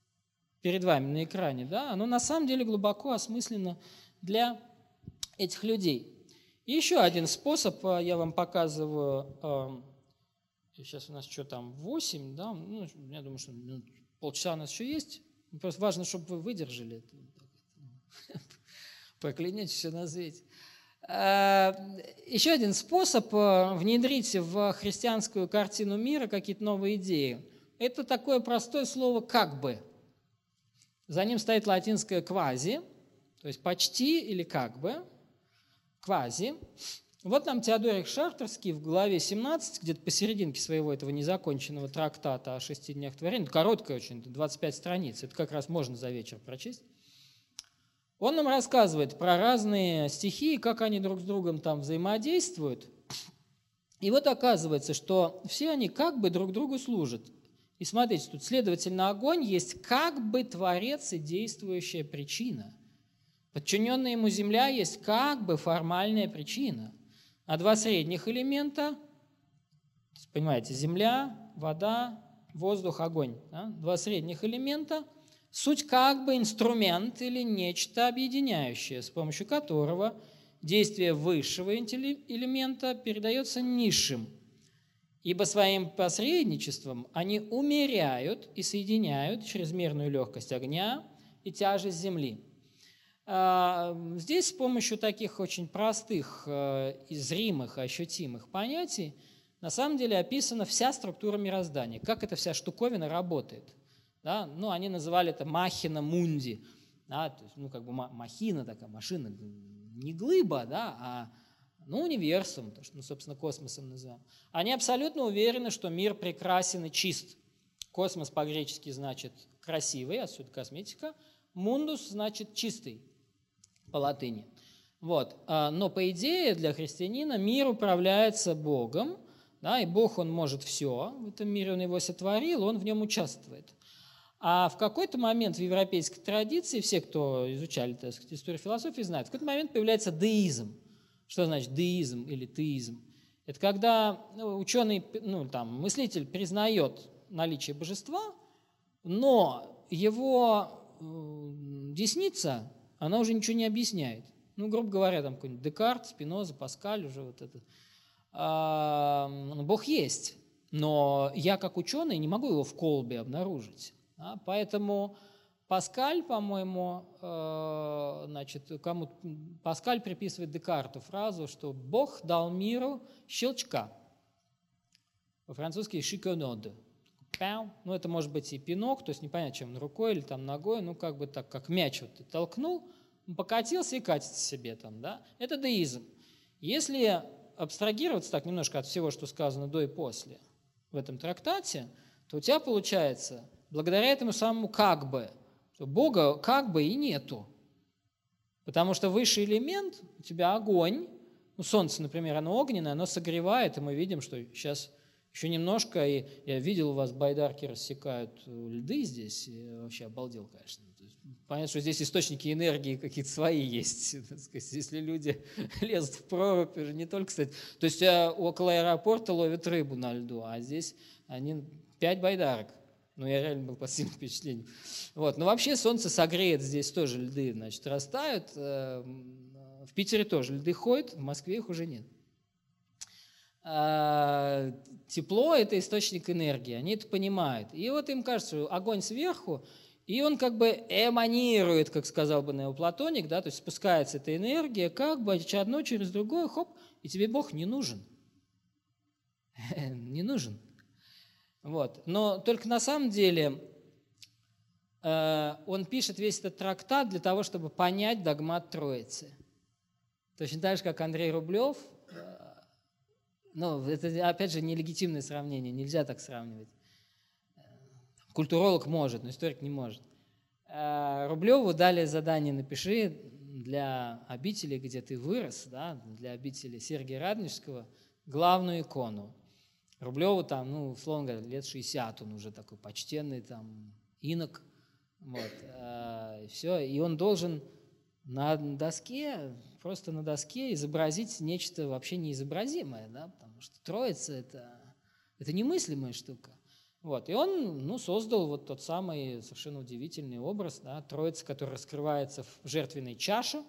перед вами на экране, да, оно на самом деле глубоко осмысленно для этих людей. И еще один способ, я вам показываю, сейчас у нас что там, 8, да, ну, я думаю, что полчаса у нас еще есть, просто важно, чтобы вы выдержали это. Проклянете все на свете. Еще один способ внедрить в христианскую картину мира какие-то новые идеи. Это такое простое слово «как бы». За ним стоит латинское «квази», то есть «почти» или «как бы». «Квази». Вот нам Теодорик Шартерский в главе 17, где-то посерединке своего этого незаконченного трактата о 6 днях творения, короткая очень, 25 страниц, это как раз можно за вечер прочесть. Он нам рассказывает про разные стихии, как они друг с другом там взаимодействуют. И вот оказывается, что все они как бы друг другу служат. И смотрите, тут, следовательно, огонь есть как бы творец и действующая причина. Подчиненная ему земля есть как бы формальная причина. А два средних элемента, понимаете, земля, вода, воздух, огонь. Да? Два средних элемента – суть как бы инструмент или нечто объединяющее, с помощью которого действие высшего элемента передается низшим, ибо своим посредничеством они умеряют и соединяют чрезмерную легкость огня и тяжесть земли. Здесь с помощью таких очень простых, зримых, ощутимых понятий на самом деле описана вся структура мироздания, как эта вся штуковина работает. Да? Ну, они называли это махина мунди, да? То есть, ну, как бы махина такая, машина, не глыба, да, а универсум, то, что мы, собственно, космосом называем. Они абсолютно уверены, что мир прекрасен и чист. Космос по-гречески значит красивый, отсюда косметика. Мундус значит чистый по латыни. Вот. Но по идее для христианина мир управляется Богом, да, и Бог, Он может все в этом мире, Он его сотворил, Он в нем участвует. А в какой-то момент в европейской традиции, все, кто изучали, так сказать, историю философии, знают, в какой-то момент появляется деизм. Что значит деизм или теизм? Это когда ученый, мыслитель признает наличие божества, но его десница, она уже ничего не объясняет. Ну, грубо говоря, там какой-нибудь Декарт, Спиноза, Паскаль, уже вот это. Бог есть, но я как ученый не могу его в колбе обнаружить. Поэтому Паскаль, по-моему, Паскаль приписывает Декарту фразу, что Бог дал миру щелчка. По-французски «шиконод». Ну, это может быть и пинок, то есть непонятно, чем, рукой или там ногой, ну, как бы так, как мяч вот ты толкнул, он покатился и катится себе там, да. Это деизм. Если абстрагироваться так немножко от всего, что сказано до и после в этом трактате, то у тебя получается, благодаря этому самому как бы, что Бога как бы и нету. Потому что высший элемент, у тебя огонь, ну, солнце, например, оно огненное, оно согревает, и мы видим, что сейчас еще немножко, и я видел, у вас байдарки рассекают льды здесь, и вообще обалдел, конечно. Понятно, что здесь источники энергии какие-то свои есть. Если люди лезут в прорубь, не только, кстати. То есть около аэропорта ловят рыбу на льду, а здесь они 5 байдарок. Ну, я реально был под сильным впечатлением. Вот. Но вообще солнце согреет, здесь тоже льды, значит, растают. В Питере тоже льды ходят, в Москве их уже нет. Тепло – это источник энергии, они это понимают. И вот им кажется, что огонь сверху, и он как бы эманирует, как сказал бы неоплатоник, да, то есть спускается эта энергия, как бы одно через другое, хоп, и тебе Бог не нужен. Не нужен. Вот. Но только на самом деле он пишет весь этот трактат для того, чтобы понять догмат Троицы. Точно так же, как Андрей Рублев. Ну, это, опять же, нелегитимное сравнение, нельзя так сравнивать. Культуролог может, но историк не может. Рублеву дали задание: напиши для обители, где ты вырос, да, для обители Сергия Радонежского, главную икону. Рублеву там, ну, условно говоря, лет 60, он уже такой почтенный там инок. Вот, все, и он должен на доске, просто на доске изобразить нечто вообще неизобразимое, да, потому что Троица – это немыслимая штука. Вот. И он создал вот тот самый совершенно удивительный образ, да, Троицы, который раскрывается в жертвенной чаше.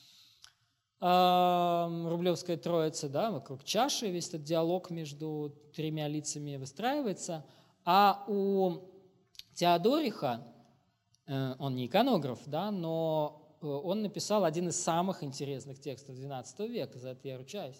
Рублевская Троица, да, вокруг чаши, весь этот диалог между тремя лицами выстраивается. А у Теодориха, он не иконограф, да, но он написал один из самых интересных текстов XII века, за это я ручаюсь.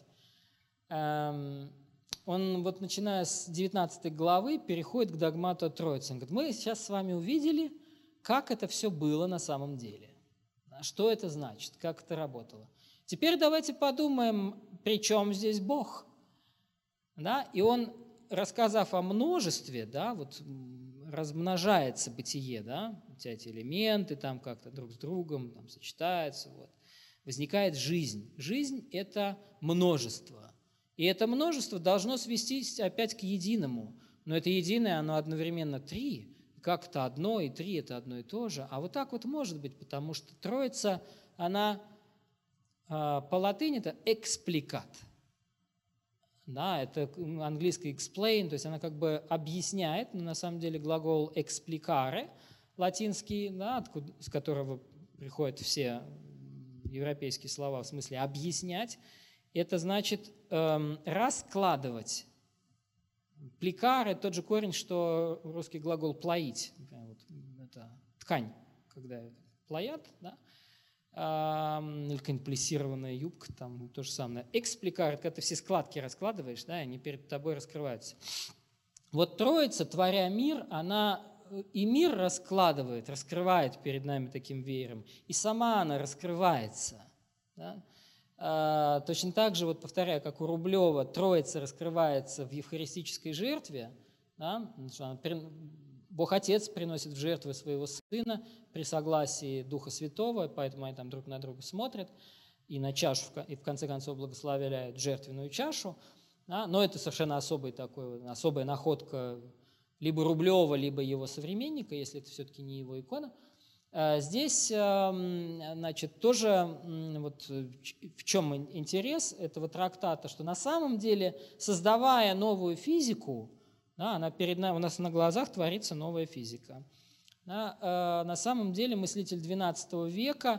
Он вот начиная с 19 главы переходит к догмату о Троице. Он говорит, мы сейчас с вами увидели, как это все было на самом деле, что это значит, как это работало. Теперь давайте подумаем, при чем здесь Бог. Да? И он, рассказав о множестве, да, вот размножается бытие, да, эти элементы там как-то друг с другом там сочетаются, вот. Возникает жизнь. Жизнь – это множество. И это множество должно свестись опять к единому. Но это единое, оно одновременно три. Как это одно и три – это одно и то же. А вот так вот может быть, потому что Троица, она по латыни это экспликат. Да, это английский explain, то есть она как бы объясняет, но на самом деле глагол explicare, латинский, да, с которого приходят все европейские слова в смысле объяснять, это значит раскладывать. Плекare – тот же корень, что русский глагол плоить. Вот, это ткань, когда плоят, да? Или какая-нибудь плессированная юбка, там то же самое. Экспликар – когда ты все складки раскладываешь, да, они перед тобой раскрываются. Вот Троица, творя мир, она и мир раскладывает, раскрывает перед нами таким веером, и сама она раскрывается. Да? Точно так же, вот повторяю, как у Рублева, Троица раскрывается в евхаристической жертве, да? Бог Отец приносит в жертву своего Сына при согласии Духа Святого, поэтому они там друг на друга смотрят и на чашу, и в конце концов благословляют жертвенную чашу. Да? Но это совершенно особая находка либо Рублева, либо его современника, если это все-таки не его икона. Здесь, значит, тоже вот в чем интерес этого трактата, что на самом деле, создавая новую физику, да, она перед нами, у нас на глазах творится новая физика. Да, на самом деле мыслитель XII века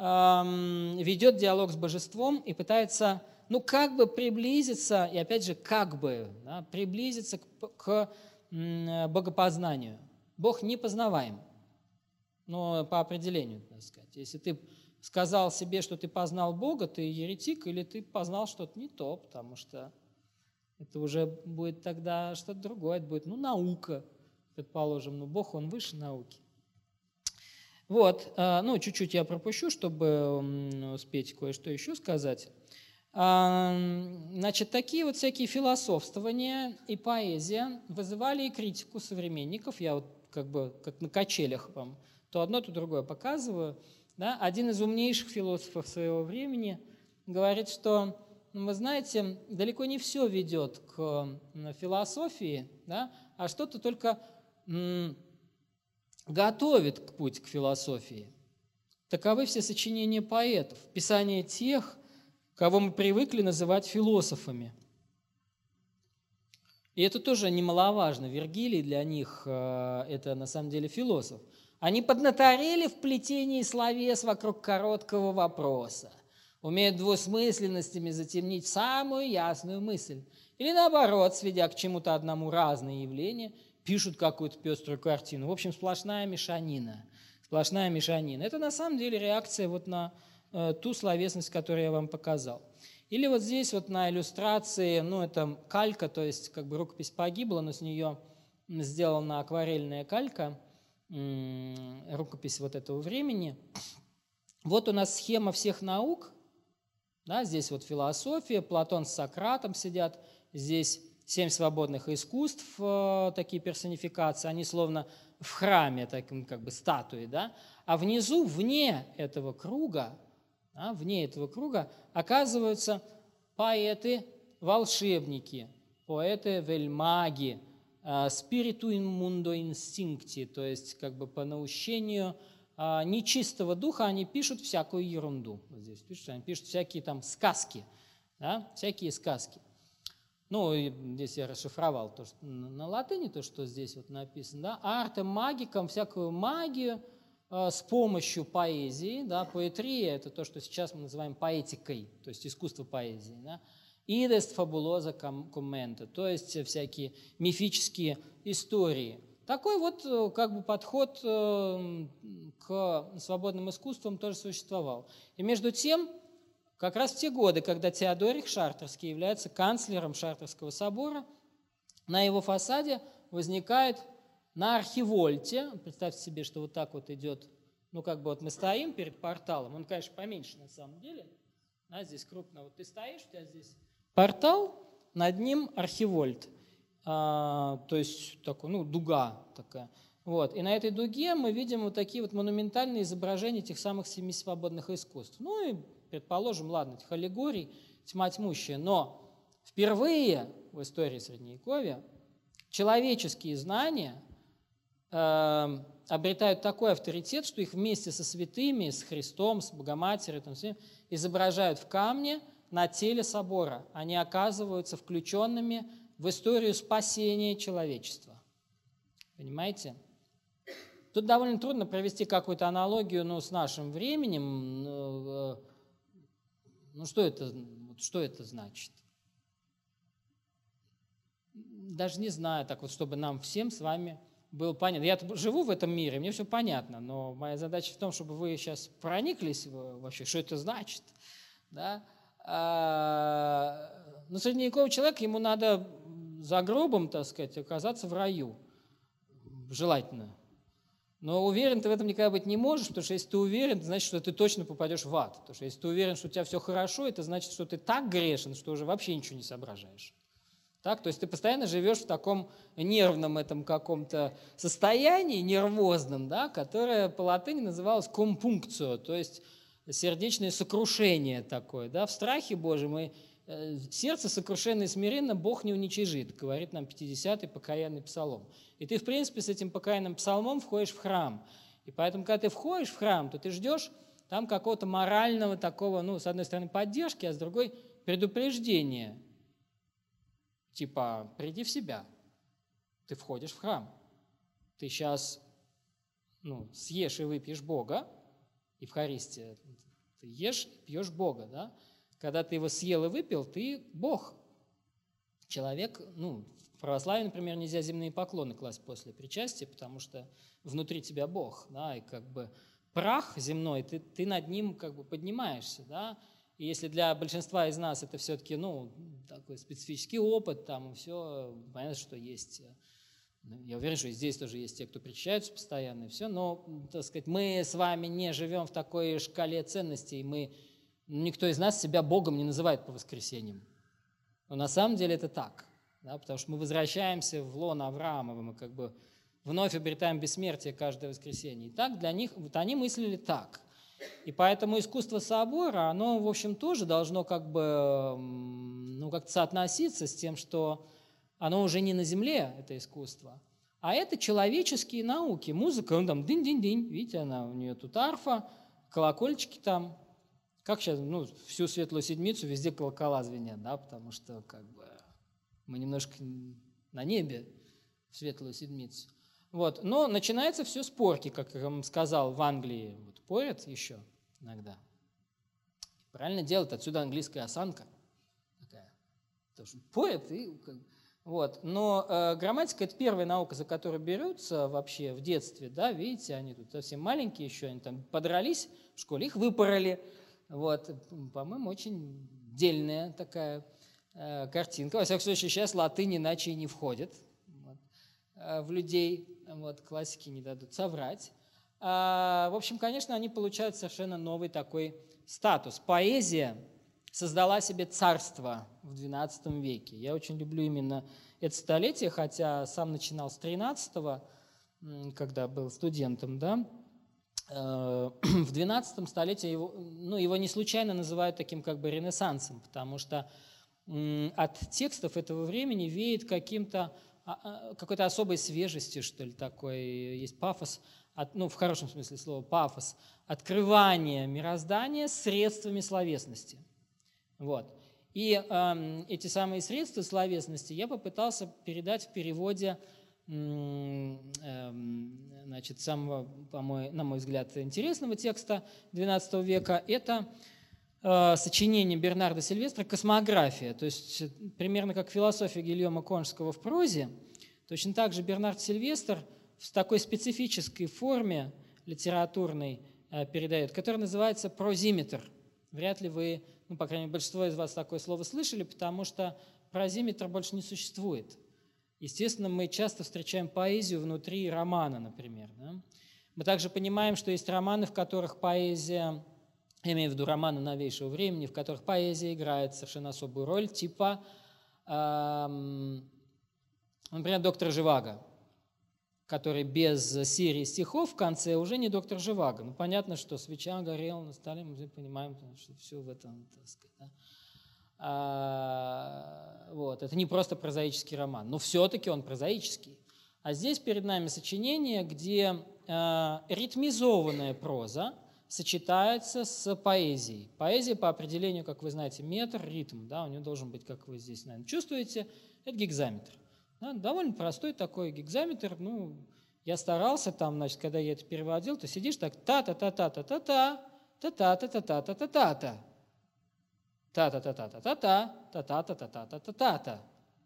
ведет диалог с божеством и пытается, как бы приблизиться, и опять же, да, приблизиться к богопознанию. Бог непознаваем, но по определению, так сказать. Если ты сказал себе, что ты познал Бога, ты еретик, или ты познал что-то не то, потому что это уже будет тогда что-то другое, это будет, наука, предположим, но Бог, Он выше науки. Вот, чуть-чуть я пропущу, чтобы успеть кое-что еще сказать. Значит, такие вот всякие философствования и поэзия вызывали и критику современников. Я вот как на качелях вам то одно, то другое показываю. Да? Один из умнейших философов своего времени говорит, что вы знаете, далеко не все ведет к философии, да, а что-то только готовит путь к философии. Таковы все сочинения поэтов, писания тех, кого мы привыкли называть философами. И это тоже немаловажно. Вергилий для них это на самом деле философ. Они поднаторели в плетении словес вокруг короткого вопроса. Умеют двусмысленностями затемнить самую ясную мысль. Или наоборот, сведя к чему-то одному разные явления, пишут какую-то пеструю картину. В общем, сплошная мешанина. Сплошная мешанина. Это на самом деле реакция вот на ту словесность, которую я вам показал. Или вот здесь вот на иллюстрации, это калька, то есть как бы рукопись погибла, но с нее сделана акварельная калька, рукопись вот этого времени. Вот у нас схема всех наук. Да, здесь вот философия, Платон с Сократом сидят, здесь 7 свободных искусств, такие персонификации, они словно в храме, таким как бы статуи, да? А внизу, вне этого круга, оказываются поэты-волшебники, поэты-вельмаги, spiritu in mundo instincti, то есть как бы по наущению нечистого духа они пишут всякую ерунду. Вот здесь пишут, они пишут всякие там сказки, да? Всякие сказки. Ну, здесь я расшифровал то, что на латыни, то, что здесь вот написано, да, артем магиком, всякую магию с помощью поэзии, да, поэтрия – это то, что сейчас мы называем поэтикой, то есть искусство поэзии, да, идест фабулоза коммента, то есть всякие мифические истории. Такой вот как бы подход к свободным искусствам тоже существовал. И между тем, как раз в те годы, когда Теодорих Шартерский является канцлером Шартерского собора, на его фасаде возникает на архивольте, представьте себе, что вот так вот идет, ну как бы вот мы стоим перед порталом, он, конечно, поменьше на самом деле, а здесь крупно, вот ты стоишь, у тебя здесь портал, над ним архивольт, то есть такой, ну, дуга такая. Вот. И на этой дуге мы видим вот такие вот монументальные изображения этих самых 7 свободных искусств. Ну и предположим, ладно, этих аллегорий тьма тьмущая, но впервые в истории Средневековья человеческие знания обретают такой авторитет, что их вместе со святыми, с Христом, с Богоматерью, там, изображают в камне на теле собора. Они оказываются включенными в историю спасения человечества. Понимаете? Тут довольно трудно провести какую-то аналогию, ну, с нашим временем. Ну, что это значит? Даже не знаю, так вот, чтобы нам всем с вами было понятно. Я живу в этом мире, мне все понятно, но моя задача в том, чтобы вы сейчас прониклись вообще, что это значит. Да? Но средневековый человек, ему надо за гробом, так сказать, оказаться в раю. Желательно. Но уверен ты в этом никогда быть не можешь, потому что если ты уверен, это значит, что ты точно попадешь в ад. Потому что если ты уверен, что у тебя все хорошо, это значит, что ты так грешен, что уже вообще ничего не соображаешь. Так? То есть ты постоянно живешь в таком нервном этом каком-то состоянии, нервозном, да, которое по латыни называлось компункцио, то есть сердечное сокрушение такое. Да? В страхе Божьем сердце сокрушенное и смиренно Бог не уничижит, говорит нам 50-й покаянный псалом. И ты, в принципе, с этим покаянным псалмом входишь в храм. И поэтому, когда ты входишь в храм, то ты ждешь там какого-то морального такого, ну, с одной стороны, поддержки, а с другой предупреждения. Типа, приди в себя. Ты входишь в храм. Ты сейчас, ну, съешь и выпьешь Бога, Евхаристия, ты ешь и пьешь Бога, да? Когда ты его съел и выпил, ты Бог. Человек, ну, в православии, например, нельзя земные поклоны класть после причастия, потому что внутри тебя Бог, да, и как бы прах земной, ты над ним как бы поднимаешься, да, и если для большинства из нас это все-таки, ну, такой специфический опыт, там, все, понятно, что есть, я уверен, что и здесь тоже есть те, кто причащаются постоянно, и все, но, так сказать, мы с вами не живем в такой шкале ценностей, никто из нас себя Богом не называет по воскресеньям. Но на самом деле это так, да, потому что мы возвращаемся в лоно Авраамова, мы как бы вновь обретаем бессмертие каждое воскресенье. И так для них, вот они мыслили так. И поэтому искусство собора, оно, в общем, тоже должно как бы, ну, как-то соотноситься с тем, что оно уже не на земле, это искусство, а это человеческие науки. Музыка, ну, там, дынь-дынь-дынь, видите, у нее тут арфа, колокольчики там. Как сейчас, ну, всю Светлую Седмицу везде колокола звенят, да, потому что как бы мы немножко на небе в Светлую Седмицу. Вот. Но начинается все с порки, как я вам сказал, в Англии вот, порят еще иногда. Правильно делают, отсюда английская осанка такая. Потому что порят и... Вот. Но грамматика – это первая наука, за которую берутся вообще в детстве, да, видите, они тут совсем маленькие еще, они там подрались в школе, их выпороли. Вот, по-моему, очень дельная такая картинка. Во всяком случае, сейчас латынь иначе и не входит вот, в людей. Вот, классики не дадут соврать. В общем, конечно, они получают совершенно новый такой статус. Поэзия создала себе царство в XII веке. Я очень люблю именно это столетие, хотя сам начинал с XIII, когда был студентом, да. В XII столетии его не случайно называют таким как бы ренессансом, потому что от текстов этого времени веет какой-то особой свежестью, что ли, такой, есть пафос, ну, в хорошем смысле слова, пафос, открывание мироздания средствами словесности. Вот. И эти самые средства словесности я попытался передать в переводе значит, самого, на мой взгляд, интересного текста XII века. Это сочинение Бернарда Сильвестра «Космография». То есть примерно как философия Гильома Конжского в прозе, точно так же Бернард Сильвестр в такой специфической форме литературной передает, которая называется прозиметр. Вряд ли вы, ну, по крайней мере, большинство из вас такое слово слышали, потому что прозиметр больше не существует. Естественно, мы часто встречаем поэзию внутри романа, например. Да? Мы также понимаем, что есть романы, в которых поэзия, я имею в виду романы новейшего времени, в которых поэзия играет совершенно особую роль, типа, например, «Доктор Живаго», который без серии стихов в конце уже не доктор Живаго. Ну, понятно, что свеча горела на столе, мы понимаем, что все в этом, так сказать, да? Вот. Это не просто прозаический роман, но все-таки он прозаический. А здесь перед нами сочинение, где ритмизованная проза сочетается с поэзией. Поэзия по определению, как вы знаете, метр, ритм, да, у нее должен быть, как вы здесь, наверное, чувствуете, это гекзаметр. Да, довольно простой такой гекзаметр. Ну, я старался там, значит, когда я это переводил, ты сидишь так та-та-та-та-та-та-та, та-та-та-та-та-та-та-та, та-та-та-та-та-та-та, та-та-та-та-та-та-та-та.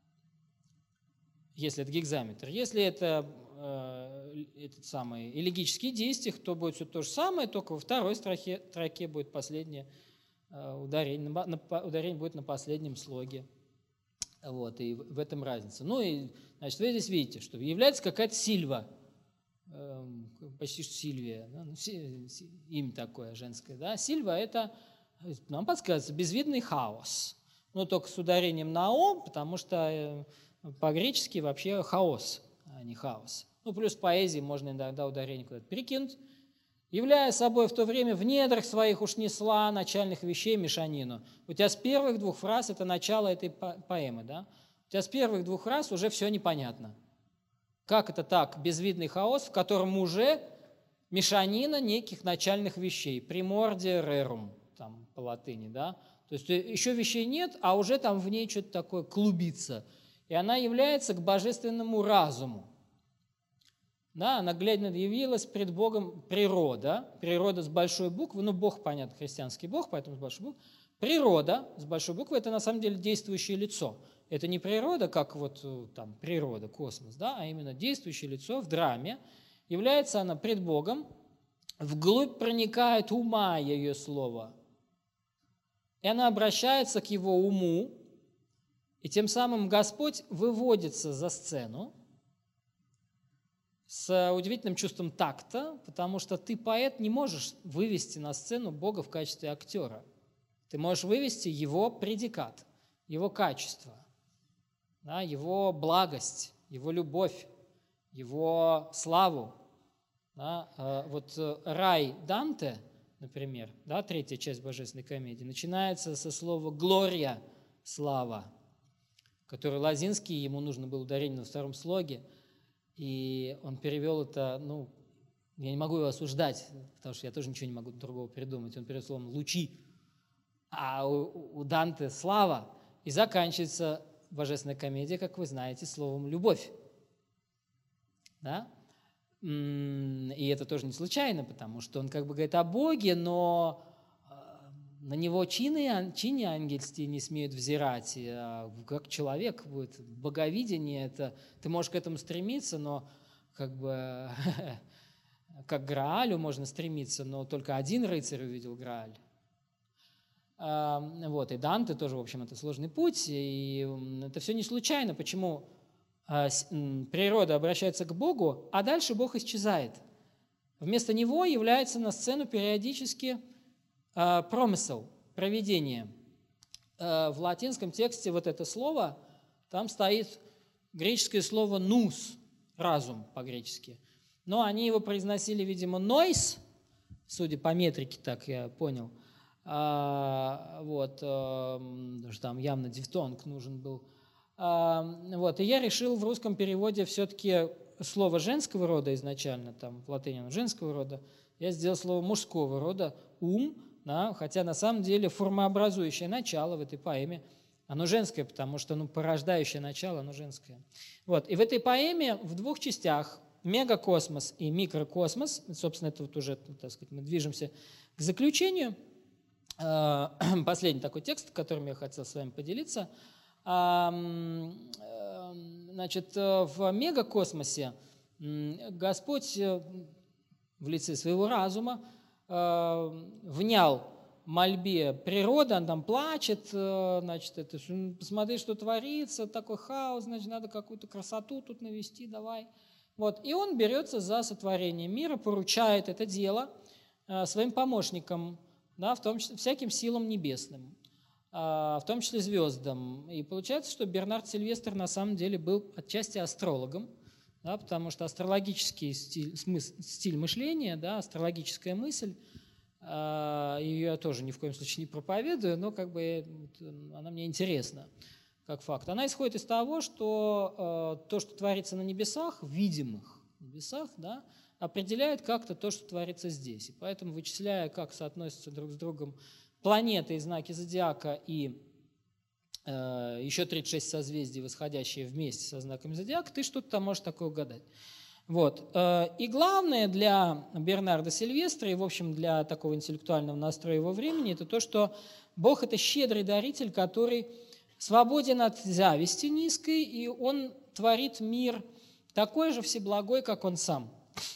Если это гекзаметр. Если это этот самый элегический дистих, то будет все то же самое, только во второй строке будет последнее ударение, ударение будет на последнем слоге. Вот, и в этом разница. Ну и, значит, вы здесь видите, что является какая-то Сильва, почти что Сильвия, да? Имя такое женское. Да? Сильва – это, нам подсказывается, безвидный хаос. Но только с ударением на «о», потому что по-гречески вообще хаос, а не хаос. Ну, плюс в поэзии можно иногда ударение куда-то перекинуть. Являя собой в то время в недрах своих уж несла начальных вещей мешанину. У тебя с первых двух фраз, это начало этой поэмы, да? У тебя с первых двух фраз уже все непонятно. Как это так? Безвидный хаос, в котором уже мешанина неких начальных вещей. Primordia rerum, там по латыни, да? То есть еще вещей нет, а уже там в ней что-то такое клубится. И она является к божественному разуму. Да, наглядно явилась пред Богом природа, природа с большой буквы, ну, Бог, понятно, христианский Бог, поэтому с большой буквы. Природа с большой буквы – это на самом деле действующее лицо. Это не природа, как вот там природа, космос, да, а именно действующее лицо в драме. Является она пред Богом, вглубь проникает ума ее слово, и она обращается к его уму, и тем самым Господь выводится за сцену, с удивительным чувством такта, потому что ты, поэт, не можешь вывести на сцену Бога в качестве актера. Ты можешь вывести его предикат, его качество, да, его благость, его любовь, его славу. Да. Вот рай Данте, например, да, третья часть Божественной комедии, начинается со слова «глория», слава, который Лозинский, ему нужно было ударение на втором слоге, и он перевел это, ну, я не могу его осуждать, потому что я тоже ничего не могу другого придумать. Он перевел словом «лучи», а у Данте «слава». И заканчивается Божественная комедия, как вы знаете, словом «любовь». Да? И это тоже не случайно, потому что он как бы говорит о Боге, но на него чины ангельские не смеют взирать, как человек будет. Боговидение – это ты можешь к этому стремиться, но как бы как к Граалю можно стремиться, но только один рыцарь увидел Грааль. Вот, и Данте тоже, в общем, это сложный путь, и это все не случайно. Почему природа обращается к Богу, а дальше Бог исчезает? Вместо него является на сцену периодически промысел, провидение. В латинском тексте вот это слово, там стоит греческое слово «nous», разум по-гречески. Но они его произносили, видимо, «nois», судя по метрике, так я понял. Вот, что там явно дифтонг нужен был. Вот, и я решил в русском переводе все-таки слово женского рода изначально, там в латыни женского рода, я сделал слово мужского рода «ум», да, хотя на самом деле формообразующее начало в этой поэме, оно женское, потому что порождающее начало, оно женское. Вот. И в этой поэме в двух частях, мегакосмос и микрокосмос, собственно, это вот уже, так сказать, мы движемся к заключению. Последний такой текст, которым я хотел с вами поделиться. Значит, в мегакосмосе Господь в лице своего разума внял мольбе природы, он там плачет, значит, это, посмотри, что творится, такой хаос, значит, надо какую-то красоту тут навести, давай. Вот. И он берется за сотворение мира, поручает это дело своим помощникам, да, в том числе всяким силам небесным, в том числе звездам. И получается, что Бернард Сильвестр на самом деле был отчасти астрологом, да, потому что астрологический стиль мышления, да, астрологическая мысль, ее я тоже ни в коем случае не проповедую, но как бы она мне интересна как факт. Она исходит из того, что то, что творится на небесах, в видимых небесах, да, определяет как-то то, что творится здесь. И поэтому, вычисляя, как соотносятся друг с другом планеты и знаки зодиака и еще 36 созвездий, восходящие вместе со знаками зодиака, ты что-то там можешь такое угадать. Вот. И главное для Бернарда Сильвестра и, в общем, для такого интеллектуального настроя его времени, это то, что Бог – это щедрый даритель, который свободен от зависти низкой, и он творит мир такой же всеблагой, как он сам.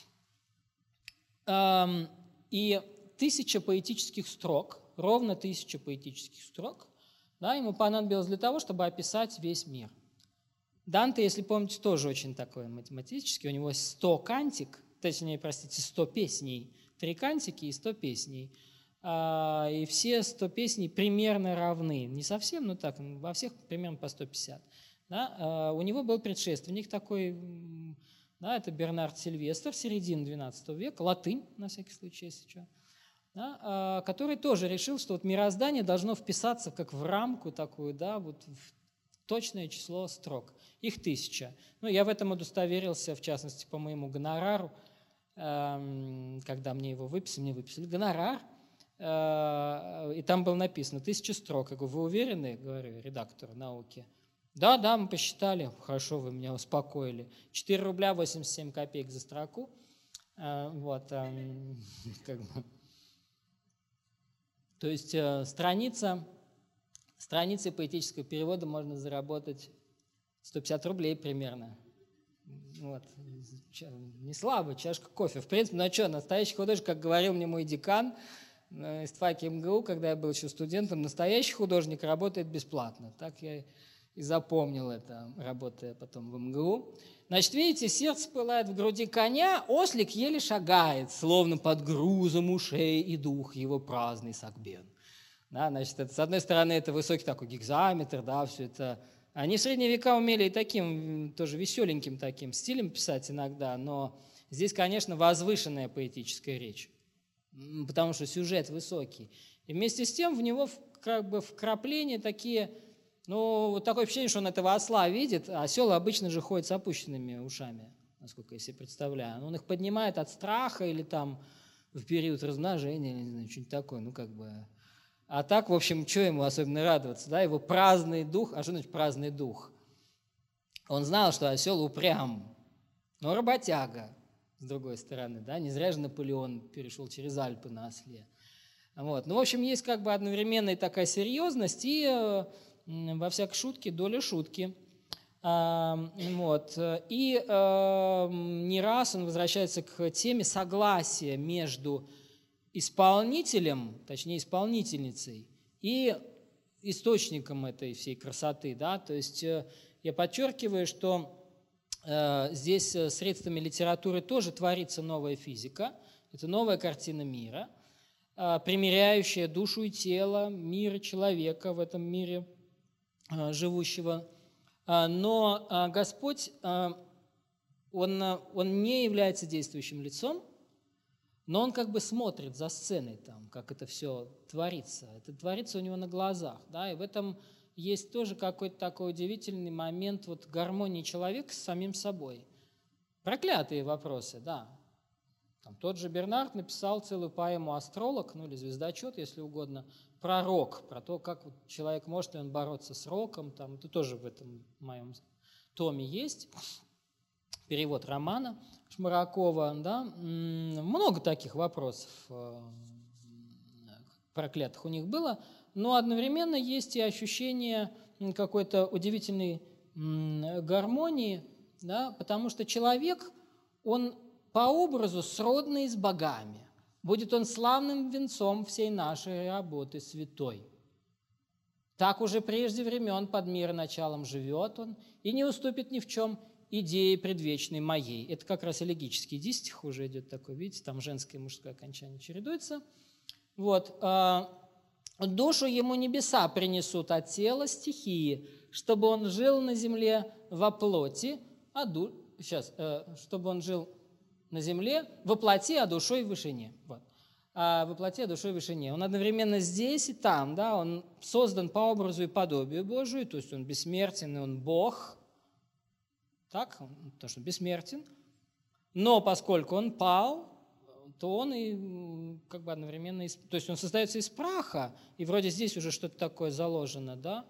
И 1000 поэтических строк, ровно 1000 поэтических строк, да, ему понадобилось для того, чтобы описать весь мир. Данте, если помните, тоже очень такой математический. У него 100 кантик, точнее, простите, 100 песней, 3 кантики и 100 песней. И все 100 песней примерно равны. Не совсем, но так, во всех примерно по 150. Да? У него был предшественник такой, да, это Бернард Сильвестр, середина XII века, латынь, на всякий случай, если что. Да, который тоже решил, что вот мироздание должно вписаться как в рамку такую, да, вот в точное число строк. Их 1000. Ну, я в этом удостоверился, в частности, по моему гонорару, когда мне его выписали, мне выписали гонорар, и там было написано 1000 строк. Я говорю, вы уверены? Говорю редактору науки. Да, мы посчитали. Хорошо, вы меня успокоили. 4 рубля 87 копеек за строку. Вот, как бы. То есть страницей поэтического перевода можно заработать 150 рублей примерно. Вот. Не слабо, чашка кофе. В принципе, ну а что, настоящий художник, как говорил мне мой декан из ФАКи МГУ, когда я был еще студентом, настоящий художник работает бесплатно. Так я и запомнил это, работая потом в МГУ. Значит, видите, сердце пылает в груди коня, ослик еле шагает, словно под грузом ушей, и дух его праздный согбен. Да, значит, это, с одной стороны, это высокий такой гекзаметр, да, все это. Они в средние века умели и таким, тоже веселеньким таким стилем писать иногда, но здесь, конечно, возвышенная поэтическая речь, потому что сюжет высокий. И вместе с тем в него как бы вкрапления такие, ну, вот такое ощущение, что он этого осла видит, а осел обычно же ходит с опущенными ушами, насколько я себе представляю. Он их поднимает от страха или там в период размножения, не знаю, что-нибудь такое, ну, как бы. А так, в общем, что ему особенно радоваться, да, его праздный дух, а что значит праздный дух? Он знал, что осел упрям, но работяга, с другой стороны, да, не зря же Наполеон перешел через Альпы на осле. Вот. Ну, в общем, есть как бы одновременная такая серьезность и, во всякой шутке, доля шутки. Вот. И не раз он возвращается к теме согласия между исполнителем, точнее исполнительницей, и источником этой всей красоты. Да? То есть я подчеркиваю, что здесь средствами литературы тоже творится новая физика, это новая картина мира, примиряющая душу и тело мира человека в этом мире живущего. Но Господь, он не является действующим лицом, но он как бы смотрит за сценой, там, как это все творится. Это творится у него на глазах. Да? И в этом есть тоже какой-то такой удивительный момент вот гармонии человека с самим собой. Проклятые вопросы, да. Там тот же Бернард написал целую поэму «Астролог», ну или «Звездочет», если угодно, про рок, про то, как вот человек может ли он бороться с роком. Там, это тоже в этом моем томе есть. Перевод романа Шмаракова. Да? Много таких вопросов проклятых у них было, но одновременно есть и ощущение какой-то удивительной гармонии, да? Потому что человек, он по образу сродный с богами. Будет он славным венцом всей нашей работы святой. Так уже прежде времен под мир началом живет он и не уступит ни в чем идее предвечной моей. Это как раз элегический дистих уже идет такой, видите, там женское и мужское окончание чередуется. Вот. Душу ему небеса принесут от тела стихии, чтобы он жил на земле во плоти, чтобы он жил на земле во плоти, а душой в вышине. Вот. Во плоти, а душой в вышине. Он одновременно здесь и там, да, он создан по образу и подобию Божию, то есть он бессмертен, и он Бог, так, потому что бессмертен, но поскольку он пал, то он и как бы одновременно, то есть он создается из праха, и вроде здесь уже что-то такое заложено, да,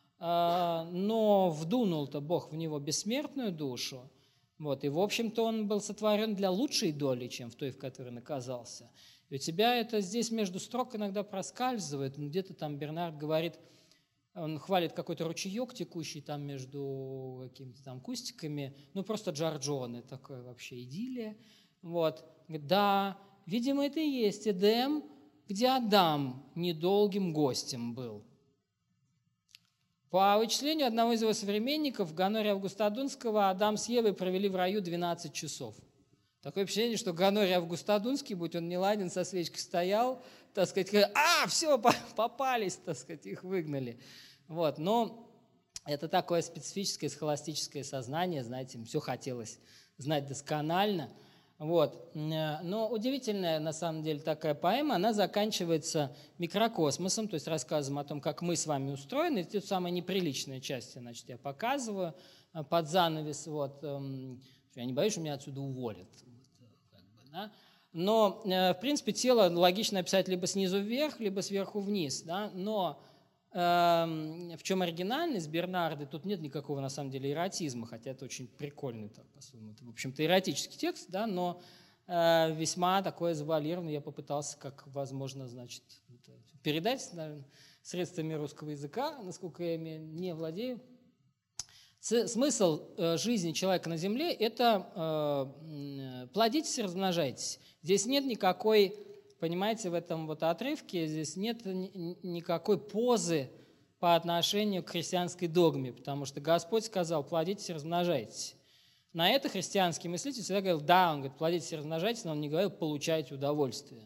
но вдунул-то Бог в него бессмертную душу, вот, и в общем-то он был сотворен для лучшей доли, чем в той, в которой он оказался. И у тебя это здесь между строк иногда проскальзывает, где-то там Бернард говорит, он хвалит какой-то ручеек, текущий там между какими-то там кустиками, ну просто Джорджоне, такое вообще идиллия. Вот. Да, видимо, это и есть Эдем, где Адам недолгим гостем был. По вычислению одного из его современников, Гонория Августодунского, Адам с Евой провели в раю 12 часов. Такое впечатление, что Гонорий Августодунский, будь он не ладен, со свечкой стоял, так сказать, все, попались, так сказать, их выгнали. Вот. Но это такое специфическое схоластическое сознание, знаете, им все хотелось знать досконально. Вот. Но удивительная, на самом деле, такая поэма, она заканчивается микрокосмосом, то есть рассказом о том, как мы с вами устроены. Это самая неприличная часть, значит, я показываю под занавес. Вот. Я не боюсь, что меня отсюда уволят. Да? Но, в принципе, тело логично описать либо снизу вверх, либо сверху вниз. Да? Но в чем оригинальность Бернарда? Тут нет никакого, на самом деле, эротизма, хотя это очень прикольный, так, по-своему, это, в общем-то, эротический текст, да? Но весьма такой завуалированный. Я попытался, как возможно, значит, передать, наверное, средствами русского языка, насколько я ими не владею. Смысл жизни человека на земле – это плодитесь и размножайтесь. Здесь нет никакой, понимаете, в этом вот отрывке, здесь нет никакой позы по отношению к христианской догме, потому что Господь сказал: плодитесь и размножайтесь. На это христианский мыслитель всегда говорил: да, он говорит, плодитесь и размножайтесь, но он не говорил: получайте удовольствие.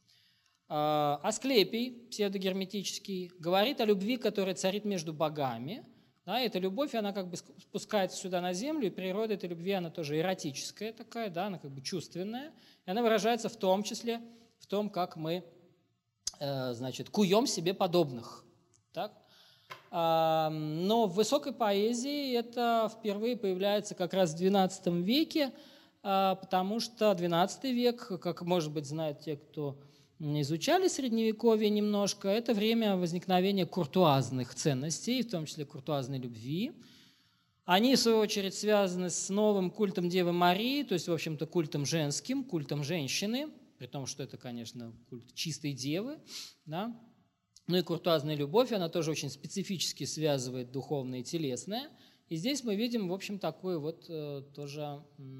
Асклепий, псевдогерметический, говорит о любви, которая царит между богами. Да, эта любовь, она как бы спускается сюда на землю, и природа этой любви, она тоже эротическая такая, да, она как бы чувственная, и она выражается в том числе в том, как мы, значит, куем себе подобных. Так? Но в высокой поэзии это впервые появляется как раз в XII веке, потому что XII век, как, может быть, знают те, кто изучали Средневековье немножко, это время возникновения куртуазных ценностей, в том числе куртуазной любви. Они, в свою очередь, связаны с новым культом Девы Марии, то есть, в общем-то, культом женским, культом женщины, при том, что это, конечно, культ чистой девы. Да? Ну и куртуазная любовь, она тоже очень специфически связывает духовное и телесное. И здесь мы видим, в общем, такое вот тоже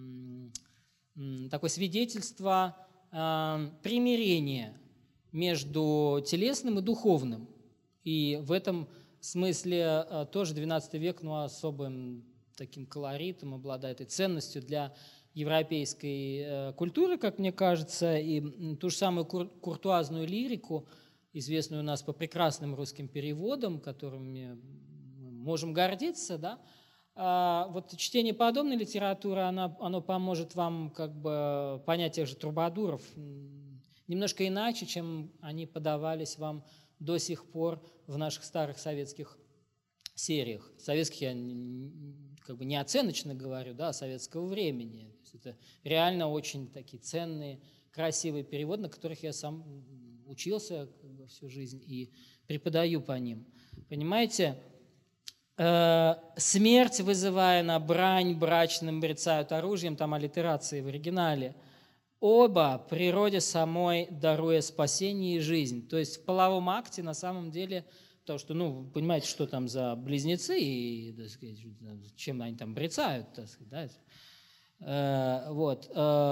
такое свидетельство примирение между телесным и духовным. И в этом смысле тоже XII век особым таким колоритом обладает и ценностью для европейской культуры, как мне кажется, и ту же самую куртуазную лирику, известную у нас по прекрасным русским переводам, которыми мы можем гордиться, да? Вот чтение подобной литературы, оно поможет вам как бы понять тех же трубадуров немножко иначе, чем они подавались вам до сих пор в наших старых советских сериях. Советских я как бы не оценочно говорю, да, а советского времени. То есть это реально очень такие ценные, красивые переводы, на которых я сам учился как бы всю жизнь и преподаю по ним. Понимаете? Смерть, вызывая на брань, брачным брецают оружием, там аллитерации в оригинале. Оба природе самой даруя спасение и жизнь. То есть в половом акте на самом деле, потому что, ну, вы понимаете, что там за близнецы и, так сказать, чем они там брецают, так сказать, да? Вот.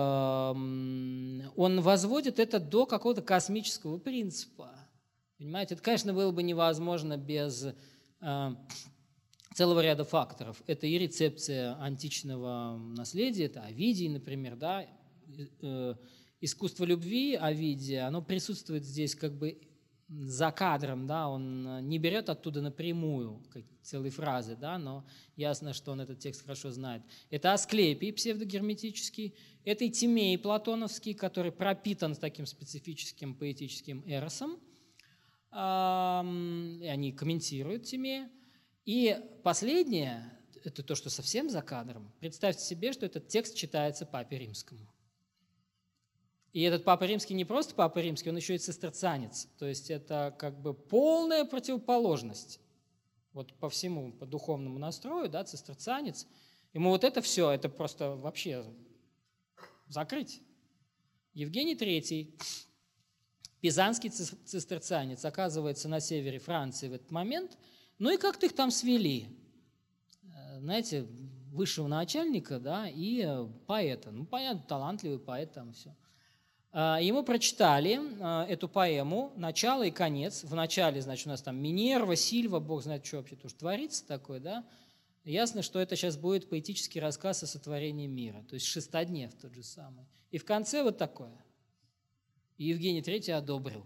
Он возводит это до какого-то космического принципа. Понимаете, это, конечно, было бы невозможно без целого ряда факторов. Это и рецепция античного наследия, это Овидий, например, да, искусство любви Овидия, оно присутствует здесь как бы за кадром, да, он не берет оттуда напрямую целые фразы, да, но ясно, что он этот текст хорошо знает. Это Асклепий псевдогерметический, это и Тимей платоновский, который пропитан таким специфическим поэтическим эросом, и они комментируют Тимея. И последнее, это то, что совсем за кадром. Представьте себе, что этот текст читается Папе Римскому. И этот Папа Римский не просто Папа Римский, он еще и цистерцианец. То есть это как бы полная противоположность. Вот по всему, по духовному настрою, да, цистерцианец. Ему вот это все, это просто вообще закрыть. Евгений III, пизанский цистерцианец, оказывается на севере Франции в этот момент. Ну и как-то их там свели. Знаете, высшего начальника, да, и поэта. Ну, понятно, талантливый поэт там все. Ему прочитали эту поэму «Начало и конец». В начале, значит, у нас там Минерва, Сильва, бог знает, что вообще тут творится такое, да. Ясно, что это сейчас будет поэтический рассказ о сотворении мира, то есть шестоднев тот же самый. И в конце вот такое. И Евгений III одобрил.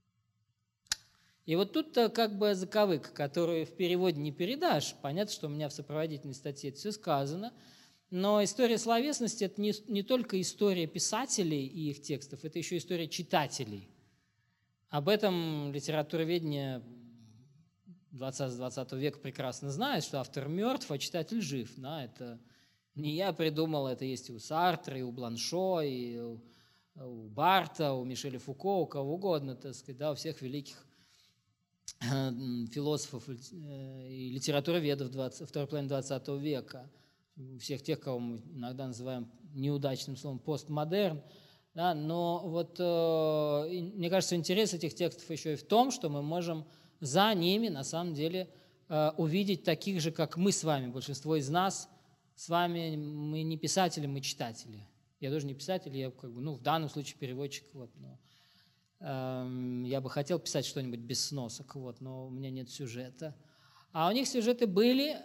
И вот тут-то как бы заковыка, которую в переводе не передашь. Понятно, что у меня в сопроводительной статье это все сказано. Но история словесности – это не только история писателей и их текстов, это еще история читателей. Об этом литературоведение 20 века прекрасно знает, что автор мертв, а читатель жив. Да, это не я придумал, это есть и у Сартра, и у Бланшо, и у Барта, у Мишеля Фуко, у кого угодно, так сказать, да, у всех великих философов и литературоведов второй половины 20 века. Всех тех, кого мы иногда называем неудачным словом постмодерн, да, но вот мне кажется, интерес этих текстов еще и в том, что мы можем за ними на самом деле увидеть таких же, как мы с вами, большинство из нас с вами, мы не писатели, мы читатели. Я тоже не писатель, я как бы, ну, в данном случае переводчик, вот, но, я бы хотел писать что-нибудь без сносок, вот, но у меня нет сюжета. А у них сюжеты были,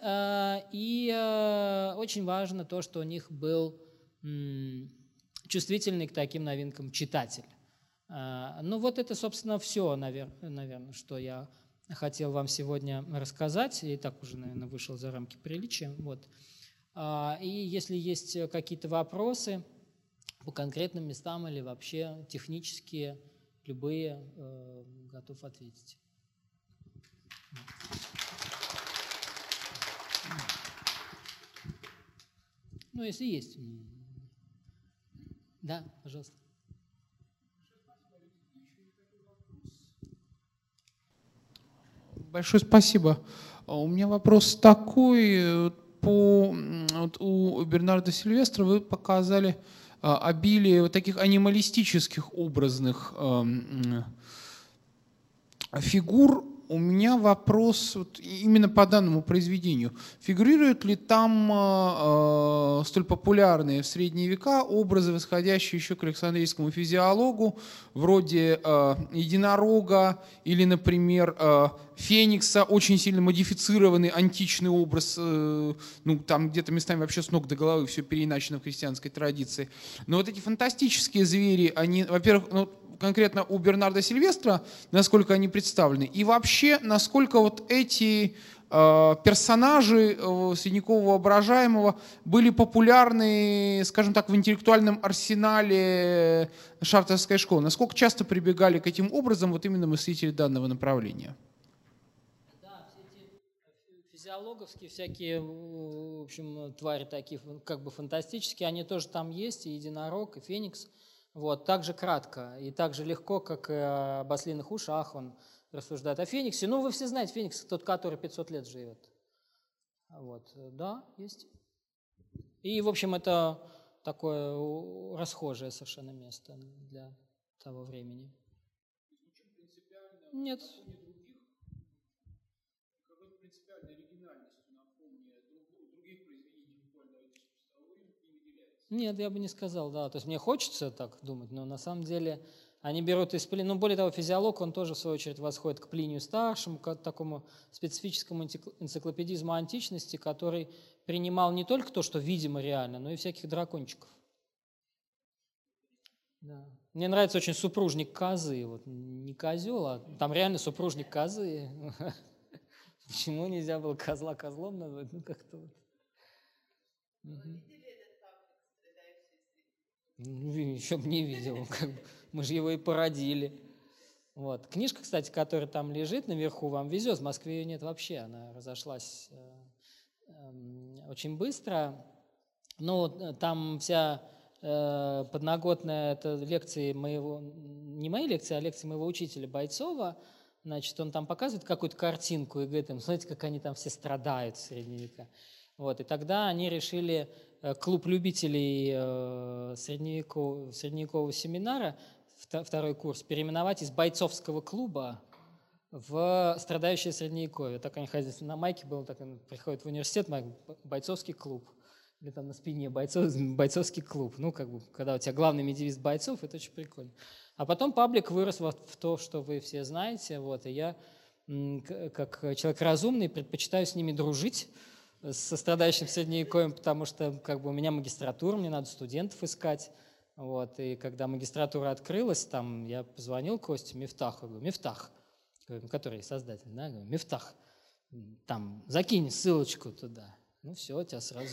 и очень важно то, что у них был чувствительный к таким новинкам читатель. Ну вот это, собственно, все, наверное, что я хотел вам сегодня рассказать. И так уже, наверное, вышел за рамки приличия. Вот. И если есть какие-то вопросы по конкретным местам или вообще технические, любые, готов ответить. Ну, если есть. Да, пожалуйста. Большое спасибо. У меня вопрос такой. Вот у Бернарда Сильвестра вы показали обилие вот таких анималистических образных фигур. У меня вопрос вот именно по данному произведению. Фигурируют ли там столь популярные в средние века образы, восходящие еще к Александрийскому физиологу, вроде единорога или, например, феникса, очень сильно модифицированный античный образ, ну, там где-то местами вообще с ног до головы все переиначено в христианской традиции. Но вот эти фантастические звери, они, во-первых, ну, конкретно у Бернарда Сильвестра, насколько они представлены, и вообще, насколько вот эти персонажи средневекового воображаемого были популярны, скажем так, в интеллектуальном арсенале шартовской школы. Насколько часто прибегали к этим образам вот именно мыслители данного направления? Да, все эти физиологовские всякие, в общем, твари такие, как бы фантастические, они тоже там есть, и единорог, и феникс. Вот, так же кратко и так же легко, как и об ослиных ушах он рассуждает. О фениксе, ну, вы все знаете, феникс тот, который 500 лет живет. Вот, да, есть. И, в общем, это такое расхожее совершенно место для того времени. Нет. Нет, я бы не сказал, да. То есть мне хочется так думать, но на самом деле они берут из Плиния. Ну, более того, физиолог, он тоже, в свою очередь, восходит к Плинию Старшему, к такому специфическому энциклопедизму античности, который принимал не только то, что видимо реально, но и всяких дракончиков. Да. Мне нравится очень супружник козы, вот не козел, а там реально супружник козы. Почему нельзя было козла козлом назвать? Ну, как-то вот. Еще бы не видел, мы же его и породили. Вот. Книжка, кстати, которая там лежит наверху, вам везет, в Москве ее нет вообще, она разошлась очень быстро. Ну, там вся подноготная, это лекции моего, не мои лекции, а лекции моего учителя Бойцова. Значит, он там показывает какую-то картинку и говорит им, смотрите, как они там все страдают в средние века. Вот, и тогда они решили клуб любителей средневекового семинара, второй курс, переименовать из бойцовского клуба в страдающее средневековье. Так они ходят на майке, было, так он приходит в университет, бойцовский клуб. Или там на спине бойцовский клуб. Ну, как бы, когда у тебя главный медивист бойцов, это очень прикольно. А потом паблик вырос в то, что вы все знаете. Вот, и я, как человек разумный, предпочитаю с ними дружить, со страдающим средневековьем, потому что как бы у меня магистратура, мне надо студентов искать. Вот, и когда магистратура открылась, там я позвонил Косте Мифтаху, говорю, Мифтах, который создатель, да, говорю, Мифтах, там, закинь ссылочку туда. Ну все, у тебя сразу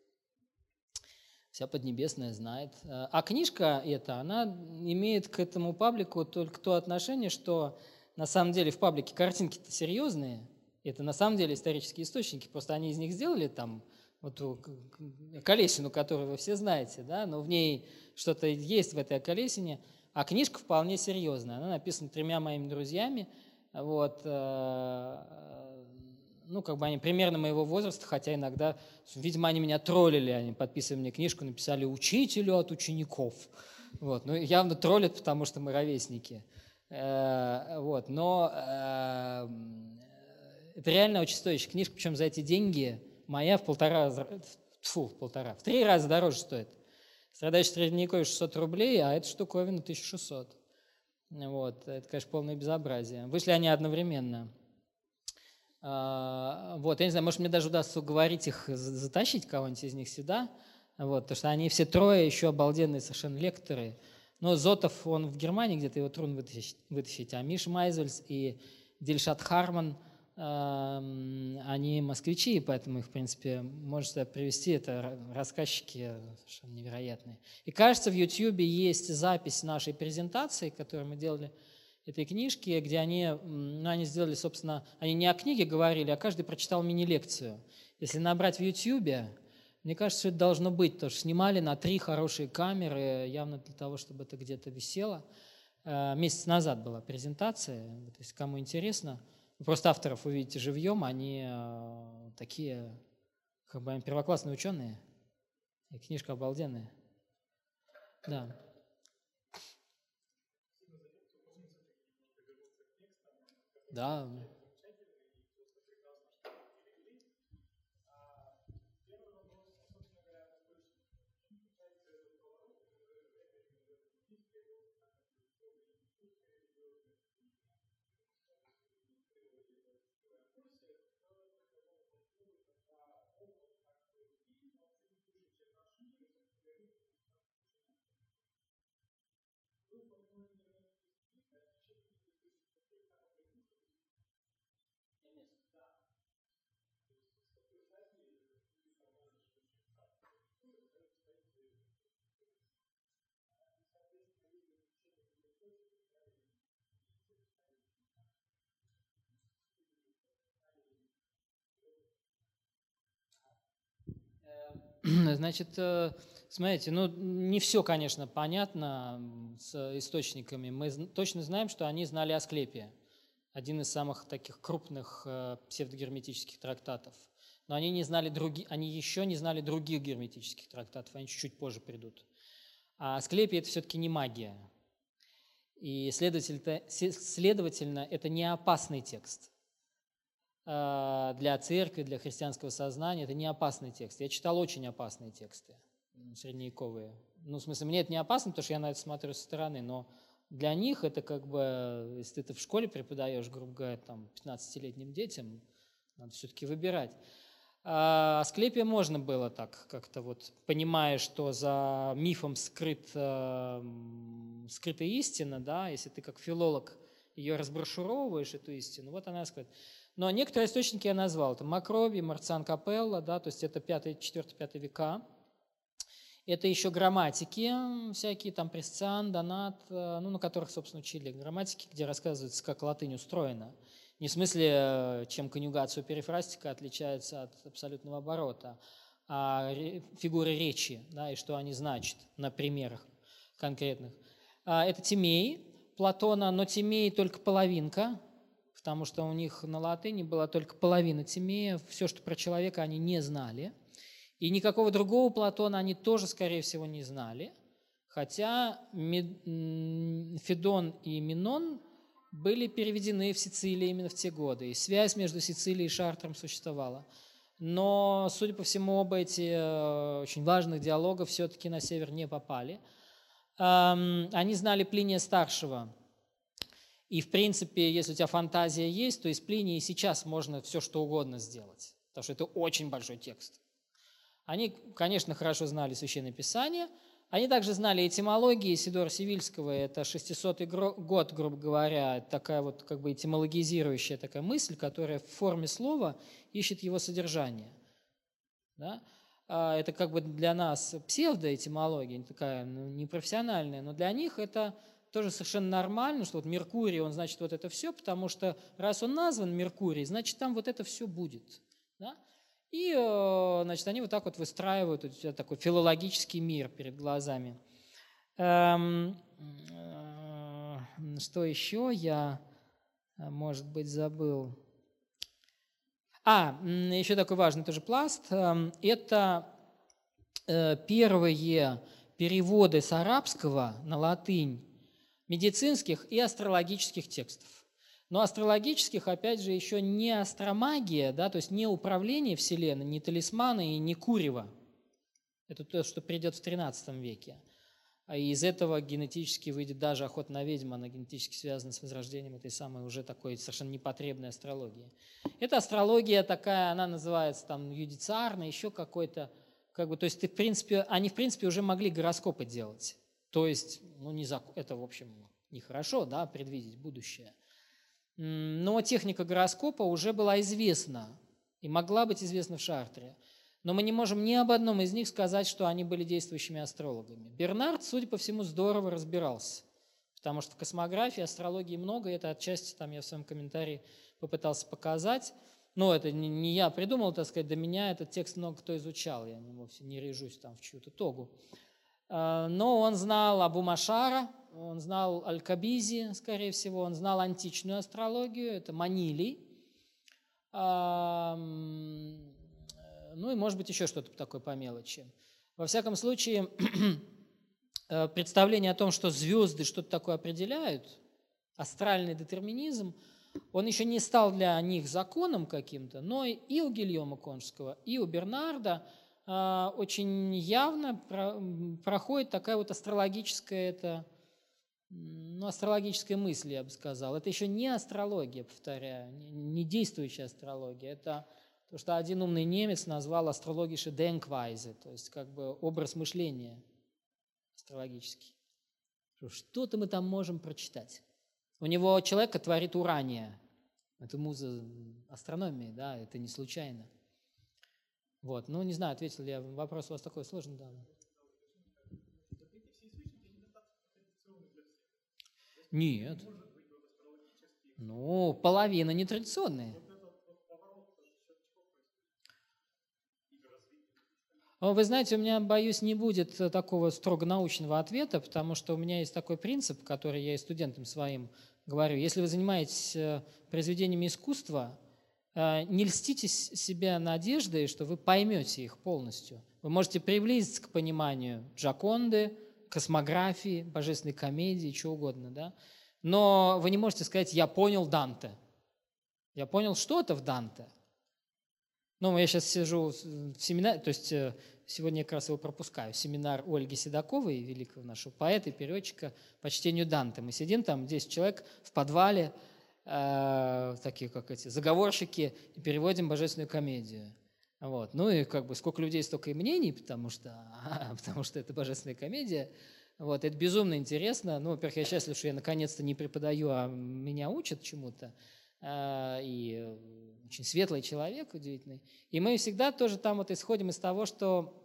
вся Поднебесная знает. А книжка эта, она имеет к этому паблику только то отношение, что на самом деле в паблике картинки-то серьезные, это на самом деле исторические источники, просто они из них сделали там вот ту колесину, которую вы все знаете, да, но в ней что-то есть в этой околесине, а книжка вполне серьезная. Она написана 3 моими друзьями, вот, ну, как бы они примерно моего возраста, хотя иногда, видимо, они меня троллили, они подписывали мне книжку, написали «Учителю от учеников». Вот, ну, явно троллят, потому что мы ровесники. Вот, но это реально очень стоящая книжка, причем за эти деньги моя в 3 раза дороже стоит. «Страдающий средневековье» 600 рублей, а эта штуковина 1600. Вот, это, конечно, полное безобразие. Вышли они одновременно. Вот, я не знаю, может, мне даже удастся уговорить их затащить кого-нибудь из них сюда, вот, потому что они все 3 еще обалденные совершенно лекторы. Но Зотов, он в Германии где-то, его трудно вытащить, а Миша Майзельс и Дильшат Харман, они москвичи, поэтому их, в принципе, можно сюда привести, это рассказчики совершенно невероятные. И кажется, в YouTube есть запись нашей презентации, которую мы делали, этой книжки, где они сделали, собственно, они не о книге говорили, а каждый прочитал мини-лекцию. Если набрать в YouTube, мне кажется, что это должно быть, потому что снимали на 3 хорошие камеры, явно для того, чтобы это где-то висело. Месяц назад была презентация, вот, если кому интересно. Просто авторов увидите живьем, они такие, как бы, они первоклассные ученые, и книжка обалденная. Да. Да. Значит, смотрите, ну не все, конечно, понятно с источниками. Мы точно знаем, что они знали Асклепия, один из самых таких крупных псевдогерметических трактатов. Но они еще не знали других герметических трактатов, они чуть-чуть позже придут. А Асклепий – это все-таки не магия. И, следовательно, это не опасный текст. Для церкви, для христианского сознания это не опасный текст. Я читал очень опасные тексты, средневековые. Ну, в смысле, мне это не опасно, потому что я на это смотрю со стороны, но для них это как бы, если ты это в школе преподаешь, грубо говоря, там, 15-летним детям, надо все-таки выбирать. А Асклепия можно было так, как-то вот, понимая, что за мифом скрыта истина, да, если ты как филолог ее разброшуровываешь, эту истину, вот она скрыта. Но некоторые источники я назвал. Это Макроби, Марциан Капелла, да, то есть это 4-5 века. Это еще грамматики всякие, там Пресциан, Донат, ну, на которых, собственно, учили грамматики, где рассказывается, как латынь устроена. Не в смысле, чем конъюгация перифрастика отличается от абсолютного оборота, а фигуры речи, да, и что они значат на примерах конкретных. Это Тимей Платона, но Тимей только половинка, потому что у них на латыни была только половина Тимея, все, что про человека, они не знали. И никакого другого Платона они тоже, скорее всего, не знали, хотя Федон и Минон были переведены в Сицилии именно в те годы, и связь между Сицилией и Шартром существовала. Но, судя по всему, оба эти очень важных диалога все-таки на север не попали. Они знали Плиния Старшего. И, в принципе, если у тебя фантазия есть, то из Плиния сейчас можно все, что угодно сделать, потому что это очень большой текст. Они, конечно, хорошо знали Священное Писание, они также знали этимологии Исидора Севильского, это 600-й год, грубо говоря, такая вот как бы этимологизирующая такая мысль, которая в форме слова ищет его содержание. Да? Это как бы для нас псевдоэтимология, такая непрофессиональная, но для них это тоже совершенно нормально, что вот Меркурий, он значит вот это все, потому что раз он назван Меркурий, значит там вот это все будет. Да? И, значит, они вот так вот выстраивают у тебя такой филологический мир перед глазами. Что еще я, может быть, забыл? Еще такой важный тоже пласт. Это первые переводы с арабского на латынь медицинских и астрологических текстов. Но астрологических, опять же, еще не астромагия, да, то есть не управление Вселенной, не талисманы и не курево. Это то, что придет в XIII веке. А из этого генетически выйдет даже охота на ведьму, она генетически связана с возрождением этой самой уже такой совершенно непотребной астрологии. Эта астрология такая, она называется там юдициарной, еще какой-то, как бы, то есть они в принципе уже могли гороскопы делать. То есть, это, в общем, нехорошо, да, предвидеть будущее. Но техника гороскопа уже была известна и могла быть известна в Шартре. Но мы не можем ни об одном из них сказать, что они были действующими астрологами. Бернард, судя по всему, здорово разбирался, потому что в космографии, астрологии много, и это отчасти там я в своем комментарии попытался показать. Но это не я придумал, так сказать, до меня этот текст много кто изучал, я вовсе не режусь там в чью-то тогу. Но он знал Абу Машара, он знал Аль-Кабизи, скорее всего, он знал античную астрологию, это Манилий, ну и, может быть, еще что-то такое по мелочи. Во всяком случае, представление о том, что звезды что-то такое определяют, астральный детерминизм, он еще не стал для них законом каким-то, но и у Гильома Конжского, и у Бернарда очень явно проходит такая вот астрологическая мысль, я бы сказал. Это еще не астрология, повторяю, не действующая астрология. Это то, что один умный немец назвал астрологische Denkweise, то есть как бы образ мышления астрологический. Что-то мы там можем прочитать. У него человека творит Урания. Это муза астрономии, да, это не случайно. Вот, ну не знаю, ответил ли я, вопрос у вас такой сложный, да. Нет. Ну, половина нетрадиционные. Вы знаете, у меня, боюсь, не будет такого строго научного ответа, потому что у меня есть такой принцип, который я и студентам своим говорю. Если вы занимаетесь произведениями искусства, не льстите себя надеждой, что вы поймете их полностью. Вы можете приблизиться к пониманию Джоконды, космографии, божественной комедии, чего угодно, да? Но вы не можете сказать: «Я понял Данте». Я понял что-то в Данте. Ну, я сейчас сижу в семинаре, то есть сегодня я как раз его пропускаю, семинар Ольги Седоковой, великого нашего поэта и переводчика по чтению Данте. Мы сидим там, 10 человек в подвале, такие как эти заговорщики, и переводим божественную комедию. Вот. Ну и как бы сколько людей, столько и мнений, потому что это божественная комедия. Вот. Это безумно интересно. Ну, во-первых, я счастлив, что я наконец-то не преподаю, а меня учат чему-то. И очень светлый человек, удивительный. И мы всегда тоже там вот исходим из того, что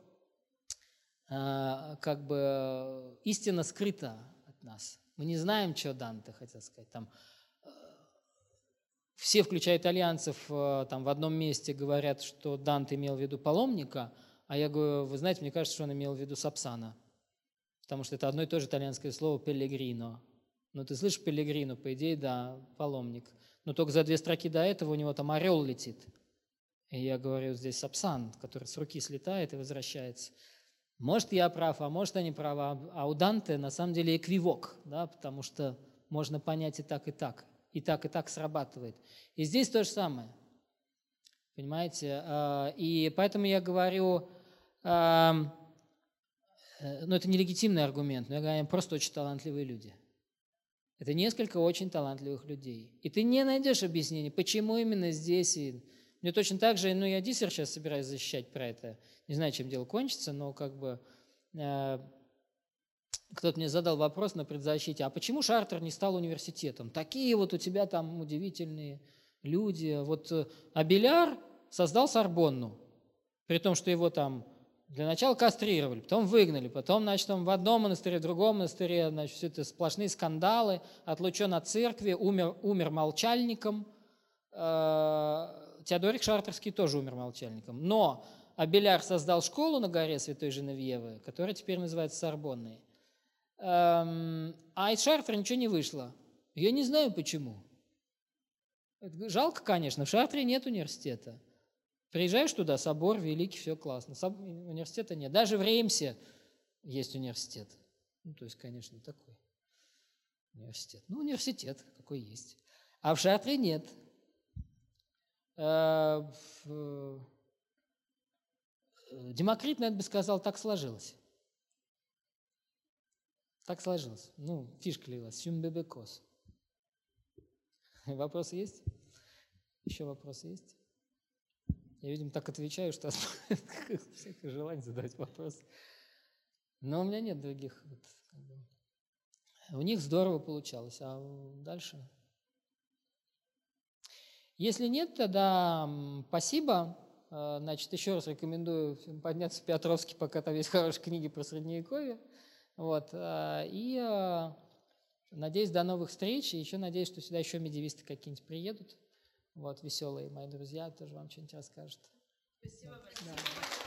как бы истина скрыта от нас. Мы не знаем, что Данте хотел сказать. Там все, включая итальянцев, там в одном месте говорят, что Данте имел в виду паломника, а я говорю: вы знаете, мне кажется, что он имел в виду Сапсана, потому что это одно и то же итальянское слово «пеллегрино». Ну, ты слышишь «пеллегрино», по идее, да, паломник. Но только за 2 строки до этого у него там орел летит. И я говорю, здесь Сапсан, который с руки слетает и возвращается. Может, я прав, а может, они правы. А у Данте на самом деле эквивок, да, потому что можно понять и так, и так. И так срабатывает. И здесь то же самое. Понимаете? И поэтому я говорю, ну, это нелегитимный аргумент, но я говорю, просто очень талантливые люди. Это несколько очень талантливых людей. И ты не найдешь объяснений, почему именно здесь. И мне точно так же, ну, я диссер сейчас собираюсь защищать про это. Не знаю, чем дело кончится, но как бы кто-то мне задал вопрос на предзащите: а почему Шартер не стал университетом? Такие вот у тебя там удивительные люди. Вот Абеляр создал Сорбонну, при том, что его там для начала кастрировали, потом выгнали, потом, значит, он в одном монастыре, в другом монастыре, значит, все это сплошные скандалы, отлучен от церкви, умер молчальником. Теодорик Шартерский тоже умер молчальником. Но Абеляр создал школу на горе Святой Женевьевы, которая теперь называется Сорбонной. А из Шартера ничего не вышло. Я не знаю, почему. Жалко, конечно, в Шартре нет университета. Приезжаешь туда, собор великий, все классно. Университета нет. Даже в Реймсе есть университет. Ну, то есть, конечно, такой университет. Ну, университет какой есть. А в Шартре нет. Демокрит, наверное, бы сказал, так сложилось. Так сложилось. Ну, фишка лилась. Сюмбебекос. Вопросы есть? Еще вопросы есть? Я, видимо, так отвечаю, что всех желание задать вопрос. Но у меня нет других. У них здорово получалось, а дальше? Если нет, тогда спасибо. Значит, еще раз рекомендую подняться в Петровский, пока там есть хорошие книги про Средневековье. Вот. И надеюсь, до новых встреч. И еще надеюсь, что сюда еще медиевисты какие-нибудь приедут. Вот, веселые мои друзья тоже вам что-нибудь расскажут. Спасибо большое. Да.